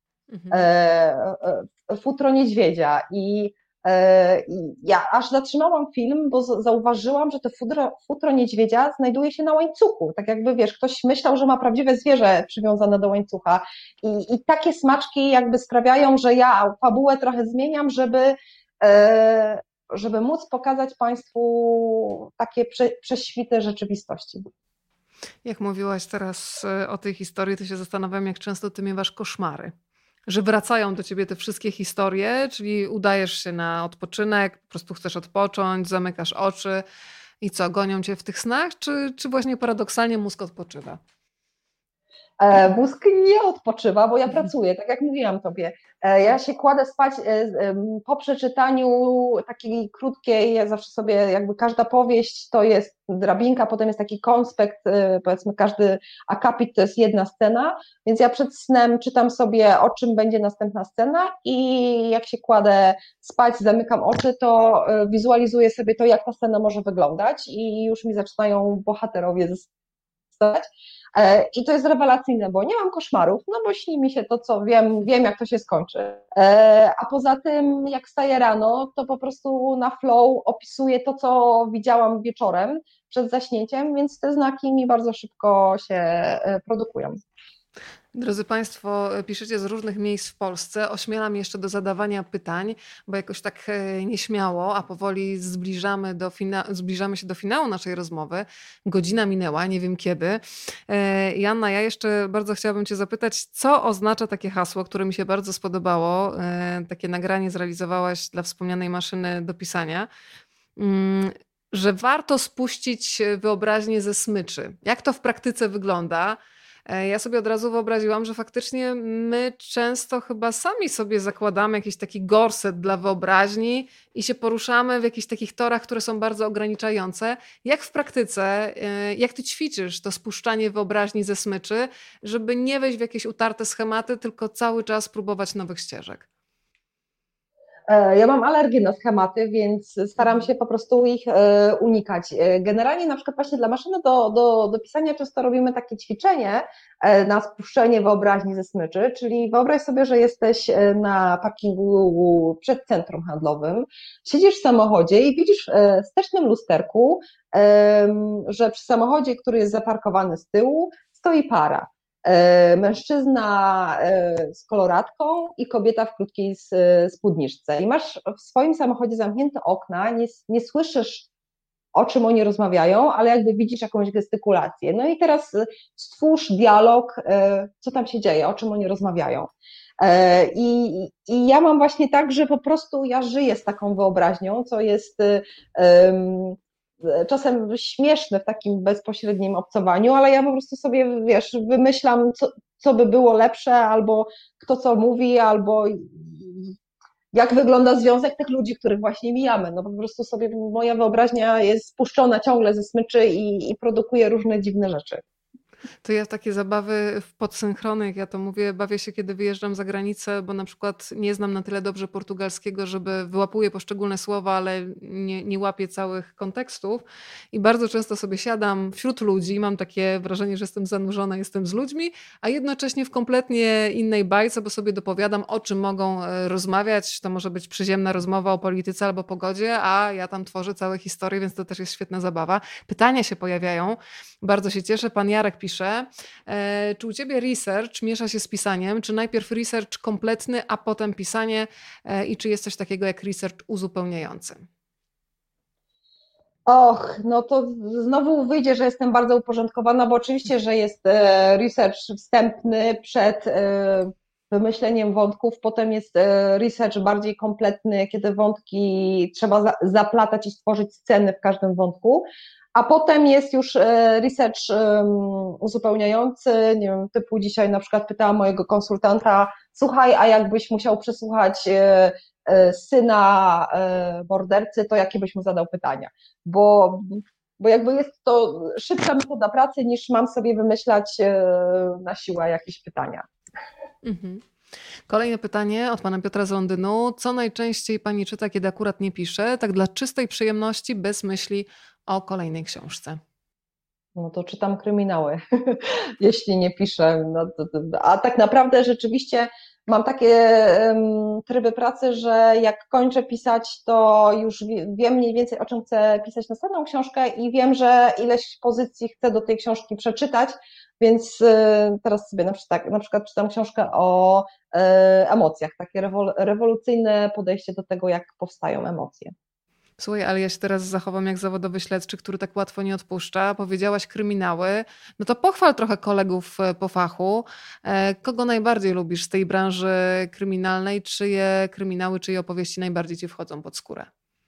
futro niedźwiedzia i ja aż zatrzymałam film, bo zauważyłam, że to futro niedźwiedzia znajduje się na łańcuchu, tak jakby wiesz, ktoś myślał, że ma prawdziwe zwierzę przywiązane do łańcucha i takie smaczki jakby sprawiają, że ja fabułę trochę zmieniam, żeby móc pokazać Państwu takie prześwity rzeczywistości. Jak mówiłaś teraz o tej historii, to się zastanawiam, jak często ty miewasz koszmary. Że wracają do ciebie te wszystkie historie, czyli udajesz się na odpoczynek, po prostu chcesz odpocząć, zamykasz oczy i co, gonią cię w tych snach, czy właśnie paradoksalnie mózg odpoczywa? Mózg nie odpoczywa, bo ja pracuję, tak jak mówiłam Tobie. Ja się kładę spać po przeczytaniu takiej krótkiej, ja zawsze sobie jakby każda powieść to jest drabinka, potem jest taki konspekt, powiedzmy każdy akapit to jest jedna scena, więc ja przed snem czytam sobie, o czym będzie następna scena i jak się kładę spać, zamykam oczy, to wizualizuję sobie to, jak ta scena może wyglądać i już mi zaczynają bohaterowie zostać. I to jest rewelacyjne, bo nie mam koszmarów, no bo śni mi się to, co wiem, jak to się skończy. A poza tym, jak wstaję rano, to po prostu na flow opisuję to, co widziałam wieczorem przed zaśnięciem, więc te znaki mi bardzo szybko się produkują. Drodzy Państwo, piszecie z różnych miejsc w Polsce. Ośmielam jeszcze do zadawania pytań, bo jakoś tak nieśmiało, a powoli zbliżamy się do finału naszej rozmowy. Godzina minęła, nie wiem kiedy. Joanna, ja jeszcze bardzo chciałabym Cię zapytać, co oznacza takie hasło, które mi się bardzo spodobało. Takie nagranie zrealizowałaś dla wspomnianej maszyny do pisania, że warto spuścić wyobraźnię ze smyczy. Jak to w praktyce wygląda? Ja sobie od razu wyobraziłam, że faktycznie my często chyba sami sobie zakładamy jakiś taki gorset dla wyobraźni i się poruszamy w jakichś takich torach, które są bardzo ograniczające. Jak w praktyce, jak ty ćwiczysz to spuszczanie wyobraźni ze smyczy, żeby nie wejść w jakieś utarte schematy, tylko cały czas próbować nowych ścieżek? Ja mam alergię na schematy, więc staram Mhm. się po prostu ich unikać. Generalnie na przykład właśnie dla maszyny do pisania często robimy takie ćwiczenie na spuszczenie wyobraźni ze smyczy, czyli wyobraź sobie, że jesteś na parkingu przed centrum handlowym, siedzisz w samochodzie i widzisz w wstecznym lusterku, że przy samochodzie, który jest zaparkowany z tyłu, stoi para. Mężczyzna z koloratką i kobieta w krótkiej spódniczce. I masz w swoim samochodzie zamknięte okna, nie słyszysz, o czym oni rozmawiają, ale jakby widzisz jakąś gestykulację. No i teraz stwórz dialog, co tam się dzieje, o czym oni rozmawiają. I ja mam właśnie tak, że po prostu ja żyję z taką wyobraźnią, co jest czasem śmieszne w takim bezpośrednim obcowaniu, ale ja po prostu sobie, wiesz, wymyślam, co by było lepsze, albo kto co mówi, albo jak wygląda związek tych ludzi, których właśnie mijamy. No po prostu sobie moja wyobraźnia jest spuszczona ciągle ze smyczy i produkuje różne dziwne rzeczy. To ja w takie zabawy w podsynchrony, jak ja to mówię, bawię się, kiedy wyjeżdżam za granicę, bo na przykład nie znam na tyle dobrze portugalskiego, żeby wyłapuję poszczególne słowa, ale nie łapię całych kontekstów. I bardzo często sobie siadam wśród ludzi, mam takie wrażenie, że jestem zanurzona, jestem z ludźmi, a jednocześnie w kompletnie innej bajce, bo sobie dopowiadam, o czym mogą rozmawiać. To może być przyziemna rozmowa o polityce albo pogodzie, a ja tam tworzę całe historie, więc to też jest świetna zabawa. Pytania się pojawiają. Bardzo się cieszę. Pan Jarek pisze, czy u ciebie research miesza się z pisaniem? Czy najpierw research kompletny, a potem pisanie? I czy jest coś takiego jak research uzupełniający? Och, no to znowu wyjdzie, że jestem bardzo uporządkowana, bo oczywiście, że jest research wstępny przed wymyśleniem wątków, potem jest research bardziej kompletny, kiedy wątki trzeba zaplatać i stworzyć sceny w każdym wątku, a potem jest już research uzupełniający, nie wiem, typu dzisiaj na przykład pytałam mojego konsultanta, słuchaj, a jakbyś musiał przesłuchać syna mordercy, to jakie byś mu zadał pytania? Bo, bo jakby jest to szybsza metoda pracy, niż mam sobie wymyślać na siłę jakieś pytania. Mhm. Kolejne pytanie od pana Piotra z Londynu. Co najczęściej pani czyta, kiedy akurat nie pisze? Tak dla czystej przyjemności, bez myśli o kolejnej książce. No to czytam kryminały, jeśli nie piszę. No a tak naprawdę rzeczywiście mam takie tryby pracy, że jak kończę pisać, to już wiem mniej więcej, o czym chcę pisać następną książkę i wiem, że ileś pozycji chcę do tej książki przeczytać, więc teraz sobie na przykład czytam książkę o emocjach, takie rewolucyjne podejście do tego, jak powstają emocje. Słuchaj, ale ja się teraz zachowam jak zawodowy śledczy, który tak łatwo nie odpuszcza. Powiedziałaś kryminały. No to pochwal trochę kolegów po fachu. Kogo najbardziej lubisz z tej branży kryminalnej? Czyje kryminały, czyje opowieści najbardziej ci wchodzą pod skórę?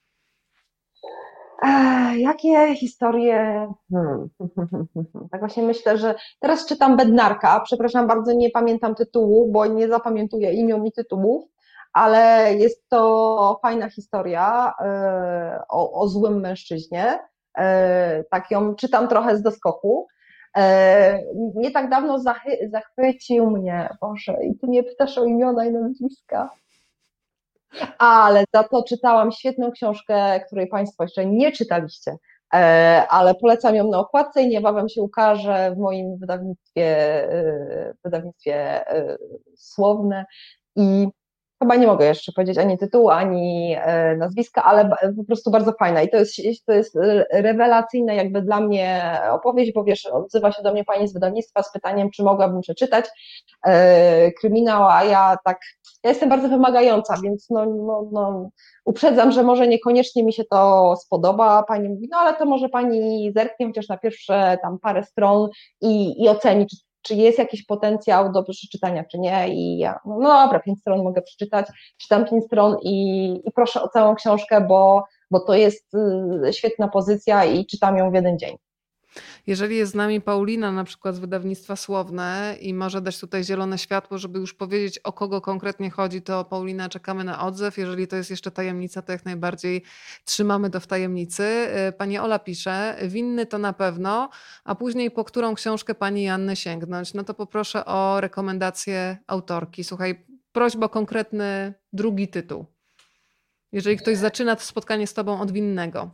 Jakie historie? Tak właśnie myślę, że teraz czytam Bednarka. Przepraszam bardzo, nie pamiętam tytułu, bo nie zapamiętuję imion i tytułów, ale jest to fajna historia o złym mężczyźnie. Tak ją czytam trochę z doskoku. Nie tak dawno zachwycił mnie, Boże, i ty mnie pytasz o imiona i nazwiska. Ale za to czytałam świetną książkę, której Państwo jeszcze nie czytaliście, ale polecam ją na okładce i niebawem się ukaże w moim wydawnictwie Słowne i chyba nie mogę jeszcze powiedzieć ani tytułu, ani nazwiska, ale po prostu bardzo fajna i to jest rewelacyjna jakby dla mnie opowieść, bo wiesz, odzywa się do mnie pani z wydawnictwa z pytaniem, czy mogłabym przeczytać kryminał, a ja jestem bardzo wymagająca, więc uprzedzam, że może niekoniecznie mi się to spodoba. Pani mówi, no ale to może pani zerknie chociaż na pierwsze tam parę stron i oceni, czy jest jakiś potencjał do przeczytania, czy nie. I ja, no dobra, 5 stron mogę przeczytać, czytam 5 stron i proszę o całą książkę, bo to jest świetna pozycja i czytam ją w jeden dzień. Jeżeli jest z nami Paulina, na przykład z wydawnictwa Słowne i może dać tutaj zielone światło, żeby już powiedzieć, o kogo konkretnie chodzi, to Paulina, czekamy na odzew. Jeżeli to jest jeszcze tajemnica, to jak najbardziej trzymamy to w tajemnicy. Pani Ola pisze, winny to na pewno, a później po którą książkę pani Janny sięgnąć? No to poproszę o rekomendację autorki. Słuchaj, prośba o konkretny drugi tytuł. Jeżeli ktoś zaczyna to spotkanie z tobą od winnego.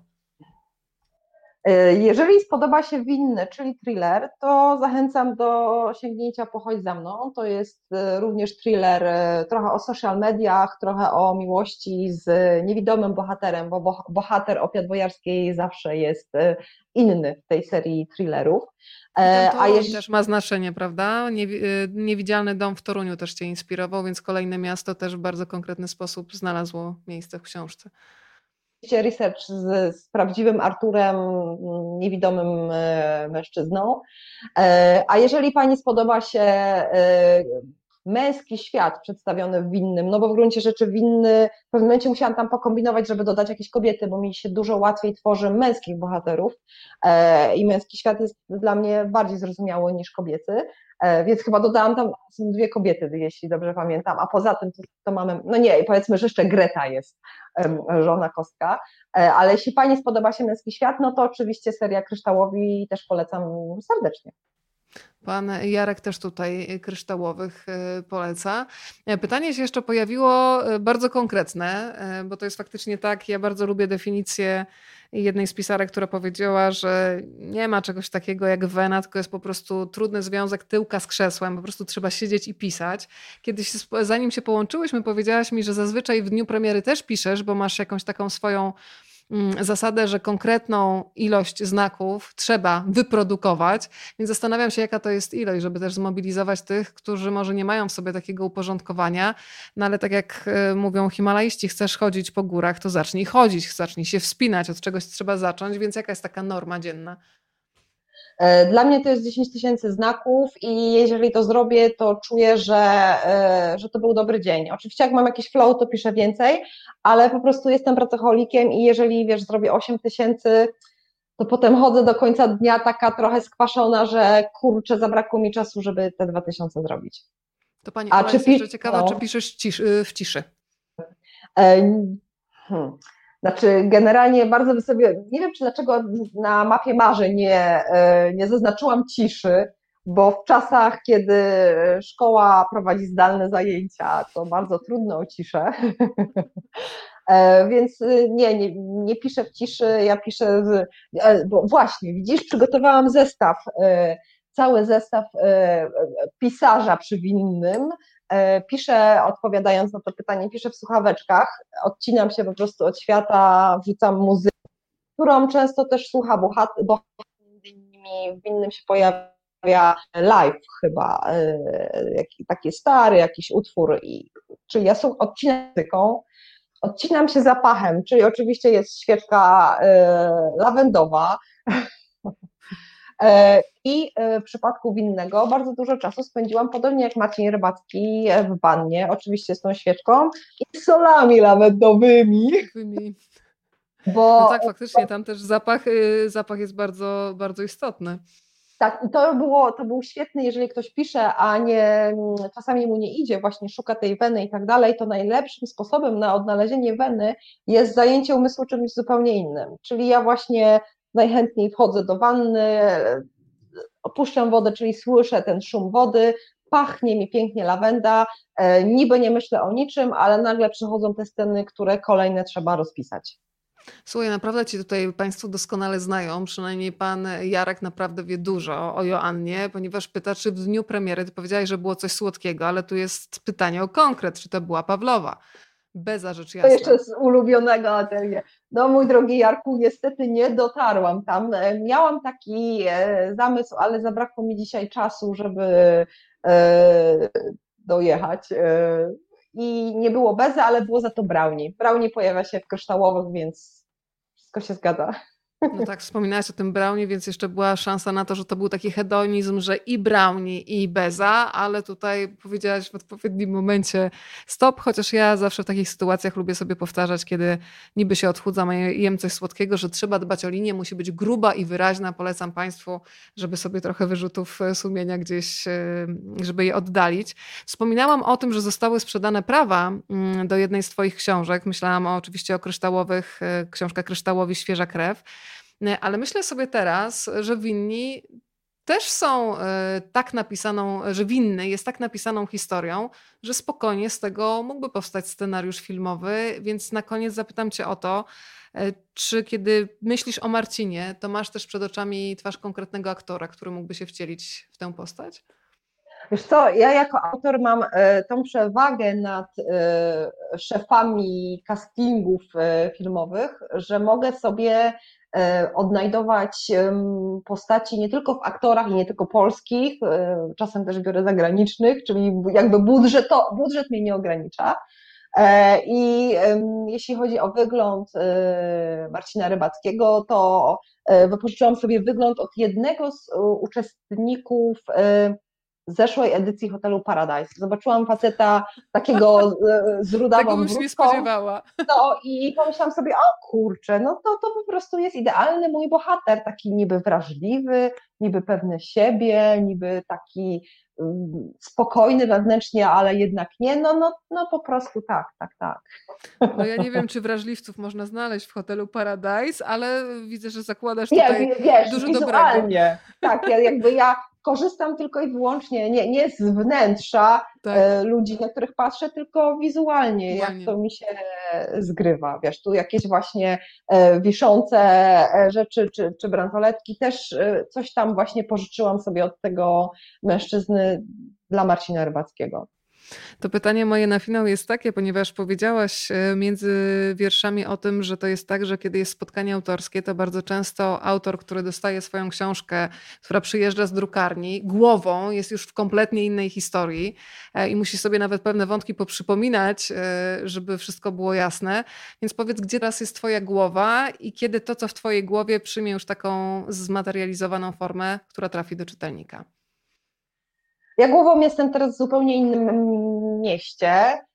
Jeżeli spodoba się Winny, czyli thriller, to zachęcam do sięgnięcia po Chodź za mną. To jest również thriller trochę o social mediach, trochę o miłości z niewidomym bohaterem, bo bohater Opia Dwojarskiej zawsze jest inny w tej serii thrillerów. I ten A Toruń też ma znaczenie, prawda? Niewidzialny dom w Toruniu też cię inspirował, więc kolejne miasto też w bardzo konkretny sposób znalazło miejsce w książce. research z prawdziwym Arturem, niewidomym mężczyzną. A jeżeli pani spodoba się męski świat przedstawiony w Winnym, no bo w gruncie rzeczy Winny, w pewnym momencie musiałam tam pokombinować, żeby dodać jakieś kobiety, bo mi się dużo łatwiej tworzy męskich bohaterów i męski świat jest dla mnie bardziej zrozumiały niż kobiecy, więc chyba dodałam tam, są dwie kobiety, jeśli dobrze pamiętam, a poza tym to mamy, no nie, powiedzmy, że jeszcze Greta jest, żona Kostka, ale jeśli pani spodoba się męski świat, no to oczywiście seria Kryształowi też polecam serdecznie. Pan Jarek też tutaj kryształowych poleca. Pytanie się jeszcze pojawiło bardzo konkretne, bo to jest faktycznie tak, ja bardzo lubię definicję jednej z pisarek, która powiedziała, że nie ma czegoś takiego jak wena, tylko jest po prostu trudny związek tyłka z krzesłem, po prostu trzeba siedzieć i pisać. Kiedyś, zanim się połączyłyśmy, powiedziałaś mi, że zazwyczaj w dniu premiery też piszesz, bo masz jakąś taką swoją zasadę, że konkretną ilość znaków trzeba wyprodukować, więc zastanawiam się, jaka to jest ilość, żeby też zmobilizować tych, którzy może nie mają w sobie takiego uporządkowania, no ale tak jak mówią Himalaiści, chcesz chodzić po górach, to zacznij chodzić, zacznij się wspinać, od czegoś trzeba zacząć, więc jaka jest taka norma dzienna? Dla mnie to jest 10 tysięcy znaków i jeżeli to zrobię, to czuję, że to był dobry dzień. Oczywiście jak mam jakiś flow, to piszę więcej, ale po prostu jestem pracocholikiem i jeżeli, wiesz, zrobię 8 tysięcy, to potem chodzę do końca dnia taka trochę skwaszona, że kurczę, zabrakło mi czasu, żeby te 2000 zrobić. To pani A Ola czy jest jeszcze pisz? ciekawa, czy No. piszesz w ciszy? E, hmm. Znaczy, generalnie bardzo by sobie, nie wiem czy dlaczego na mapie marzeń nie zaznaczyłam ciszy, bo w czasach, kiedy szkoła prowadzi zdalne zajęcia, to bardzo trudno o ciszę. Więc nie piszę w ciszy, ja piszę bo właśnie, widzisz, przygotowałam zestaw, cały zestaw pisarza przy Winnym. Piszę, odpowiadając na to pytanie, piszę w słuchaweczkach, odcinam się po prostu od świata, wrzucam muzykę, którą często też słucha bohater, między innymi w Winnym się pojawia live chyba, taki stary jakiś utwór, czyli ja odcinam muzyką, odcinam się zapachem, czyli oczywiście jest świeczka lawendowa. I w przypadku Winnego bardzo dużo czasu spędziłam, podobnie jak Marcin Rybacki, w wannie, oczywiście z tą świeczką i solami lawendowymi, No bo tak, faktycznie tam też zapach jest bardzo, bardzo istotny. tak, i to był świetny, jeżeli ktoś pisze, a nie, czasami mu nie idzie, właśnie szuka tej weny i tak dalej, to najlepszym sposobem na odnalezienie weny jest zajęcie umysłu czymś zupełnie innym. Czyli ja właśnie najchętniej wchodzę do wanny, opuszczam wodę, czyli słyszę ten szum wody, pachnie mi pięknie lawenda, niby nie myślę o niczym, ale nagle przychodzą te sceny, które kolejne trzeba rozpisać. Słuchaj, naprawdę ci tutaj Państwo doskonale znają, przynajmniej pan Jarek naprawdę wie dużo o Joannie, ponieważ pyta, czy w dniu premiery, ty powiedziałeś, że było coś słodkiego, ale tu jest pytanie o konkret, czy to była Pawlowa? Beza, rzecz To jasna. jeszcze z ulubionego atelier. No mój drogi Jarku, niestety nie dotarłam tam. Miałam taki zamysł, ale zabrakło mi dzisiaj czasu, żeby e, dojechać. I nie było bezy, ale było za to brownie. Brownie pojawia się w kryształowych, więc wszystko się zgadza. No tak, wspominałaś o tym brownie, więc jeszcze była szansa na to, że to był taki hedonizm, że i brownie, i beza, ale tutaj powiedziałaś w odpowiednim momencie stop, chociaż ja zawsze w takich sytuacjach lubię sobie powtarzać, kiedy niby się odchudzam, a jem coś słodkiego, że trzeba dbać o linię, musi być gruba i wyraźna. Polecam Państwu, żeby sobie trochę wyrzutów sumienia gdzieś, żeby je oddalić. Wspominałam o tym, że zostały sprzedane prawa do jednej z Twoich książek. Myślałam oczywiście o kryształowych, książka Kryształowi Świeża krew. Ale myślę sobie teraz, że winni też są tak napisaną, że winny jest tak napisaną historią, że spokojnie z tego mógłby powstać scenariusz filmowy, więc na koniec zapytam cię o to, czy kiedy myślisz o Marcinie, to masz też przed oczami twarz konkretnego aktora, który mógłby się wcielić w tę postać? Wiesz co, ja jako autor mam tą przewagę nad szefami castingów filmowych, że mogę sobie odnajdować postaci nie tylko w aktorach i nie tylko polskich, czasem też biorę zagranicznych, czyli jakby budżet mnie nie ogranicza. I jeśli chodzi o wygląd Marcina Rybackiego, to wypożyczyłam sobie wygląd od jednego z uczestników zeszłej edycji hotelu Paradise. Zobaczyłam faceta takiego z Tego rudawą bym się nie brudką, spodziewała. no i pomyślałam sobie, o kurczę, no to po prostu jest idealny mój bohater, taki niby wrażliwy, niby pewny siebie, niby taki spokojny wewnętrznie, ale jednak nie, no po prostu tak. No ja nie wiem, czy wrażliwców można znaleźć w hotelu Paradise, ale widzę, że zakładasz Nie, tutaj wiesz, dużo dobrego. wizualnie, tak, ja korzystam tylko i wyłącznie, nie z wnętrza Tak, ludzi, na których patrzę, tylko wizualnie, jak dokładnie. to mi się zgrywa, wiesz, tu jakieś właśnie wiszące rzeczy, czy bransoletki, też coś tam właśnie pożyczyłam sobie od tego mężczyzny dla Marcina Rybackiego. To pytanie moje na finał jest takie, ponieważ powiedziałaś między wierszami o tym, że to jest tak, że kiedy jest spotkanie autorskie, to bardzo często autor, który dostaje swoją książkę, która przyjeżdża z drukarni, głową jest już w kompletnie innej historii i musi sobie nawet pewne wątki poprzypominać, żeby wszystko było jasne. Więc powiedz, gdzie teraz jest twoja głowa i kiedy to, co w twojej głowie przyjmie już taką zmaterializowaną formę, która trafi do czytelnika. Ja głową jestem teraz w zupełnie innym mieście.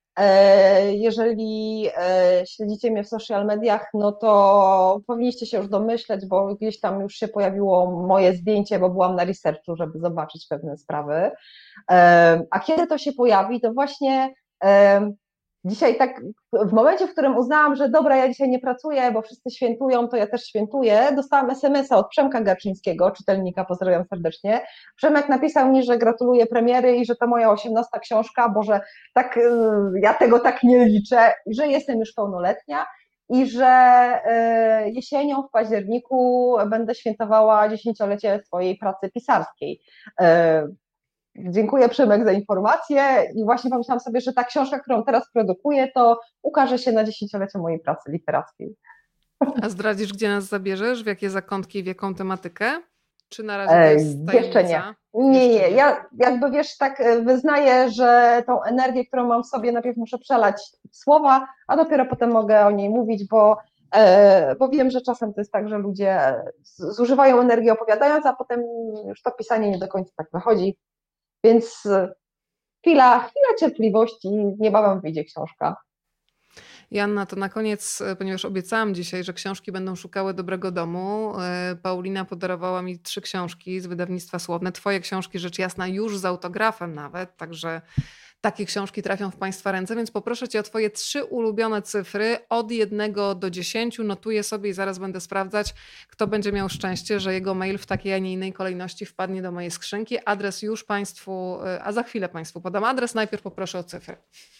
Jeżeli śledzicie mnie w social mediach, no to powinniście się już domyśleć, bo gdzieś tam już się pojawiło moje zdjęcie, bo byłam na researchu, żeby zobaczyć pewne sprawy. A kiedy to się pojawi, to właśnie dzisiaj tak, w momencie, w którym uznałam, że dobra, ja dzisiaj nie pracuję, bo wszyscy świętują, to ja też świętuję, dostałam SMS-a od Przemka Garczyńskiego, czytelnika, pozdrawiam serdecznie. Przemek napisał mi, że gratuluje premiery i że to moja 18. książka, bo że tak, ja tego tak nie liczę, że jestem już pełnoletnia i że jesienią w październiku będę świętowała 10-lecie swojej pracy pisarskiej. Dziękuję Przemek za informację i właśnie pomyślałam sobie, że ta książka, którą teraz produkuję, to ukaże się na 10-lecie mojej pracy literackiej. A zdradzisz, gdzie nas zabierzesz? W jakie zakątki, w jaką tematykę? Czy na razie to jest Jeszcze nie. tajemnica? Nie, Jeszcze nie. nie. Ja jakby wiesz, tak wyznaję, że tą energię, którą mam w sobie, najpierw muszę przelać w słowa, a dopiero potem mogę o niej mówić, bo wiem, że czasem to jest tak, że ludzie zużywają energię opowiadając, a potem już to pisanie nie do końca tak wychodzi. Więc chwila cierpliwości, niebawem wyjdzie książka. Joanna, to na koniec, ponieważ obiecałam dzisiaj, że książki będą szukały dobrego domu, Paulina podarowała mi 3 książki z wydawnictwa Słowne. Twoje książki, rzecz jasna, już z autografem nawet, także takie książki trafią w Państwa ręce, więc poproszę Cię o Twoje 3 ulubione cyfry od 1 do 10. Notuję sobie i zaraz będę sprawdzać, kto będzie miał szczęście, że jego mail w takiej, a nie innej kolejności wpadnie do mojej skrzynki. Adres już Państwu, a za chwilę Państwu podam adres. Najpierw poproszę o cyfry.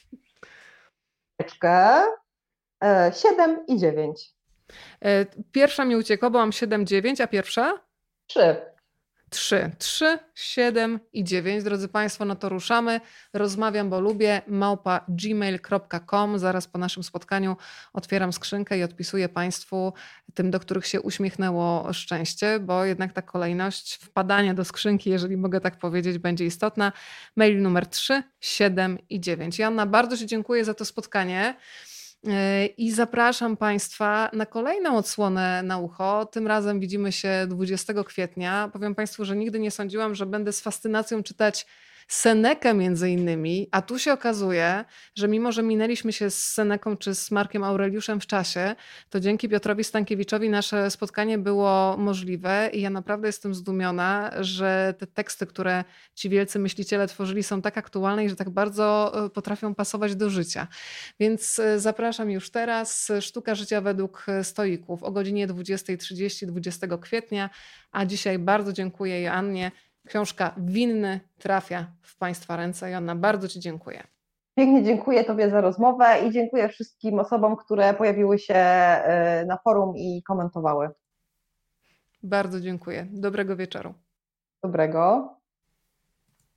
7 i 9. Pierwsza mi uciekła, bo mam 7, 9, a pierwsza? 3. 3, 3, 7 i 9. Drodzy Państwo, no to ruszamy. Rozmawiam, bo lubię, @gmail.com. Zaraz po naszym spotkaniu otwieram skrzynkę i odpisuję Państwu, tym, do których się uśmiechnęło szczęście, bo jednak ta kolejność wpadania do skrzynki, jeżeli mogę tak powiedzieć, będzie istotna. Mail numer 3, 7 i 9. Joanna, bardzo Ci dziękuję za to spotkanie. I zapraszam Państwa na kolejną odsłonę na ucho. Tym razem widzimy się 20 kwietnia. Powiem Państwu, że nigdy nie sądziłam, że będę z fascynacją czytać Senekę między innymi, a tu się okazuje, że mimo, że minęliśmy się z Seneką czy z Markiem Aureliuszem w czasie, to dzięki Piotrowi Stankiewiczowi nasze spotkanie było możliwe i ja naprawdę jestem zdumiona, że te teksty, które ci wielcy myśliciele tworzyli, są tak aktualne i że tak bardzo potrafią pasować do życia. Więc zapraszam już teraz. Sztuka życia według stoików o godzinie 20:30 20 kwietnia, a dzisiaj bardzo dziękuję Joannie. Książka Winny trafia w Państwa ręce. Joanna, bardzo Ci dziękuję. Pięknie dziękuję Tobie za rozmowę i dziękuję wszystkim osobom, które pojawiły się na forum i komentowały. Bardzo dziękuję. Dobrego wieczoru. Dobrego.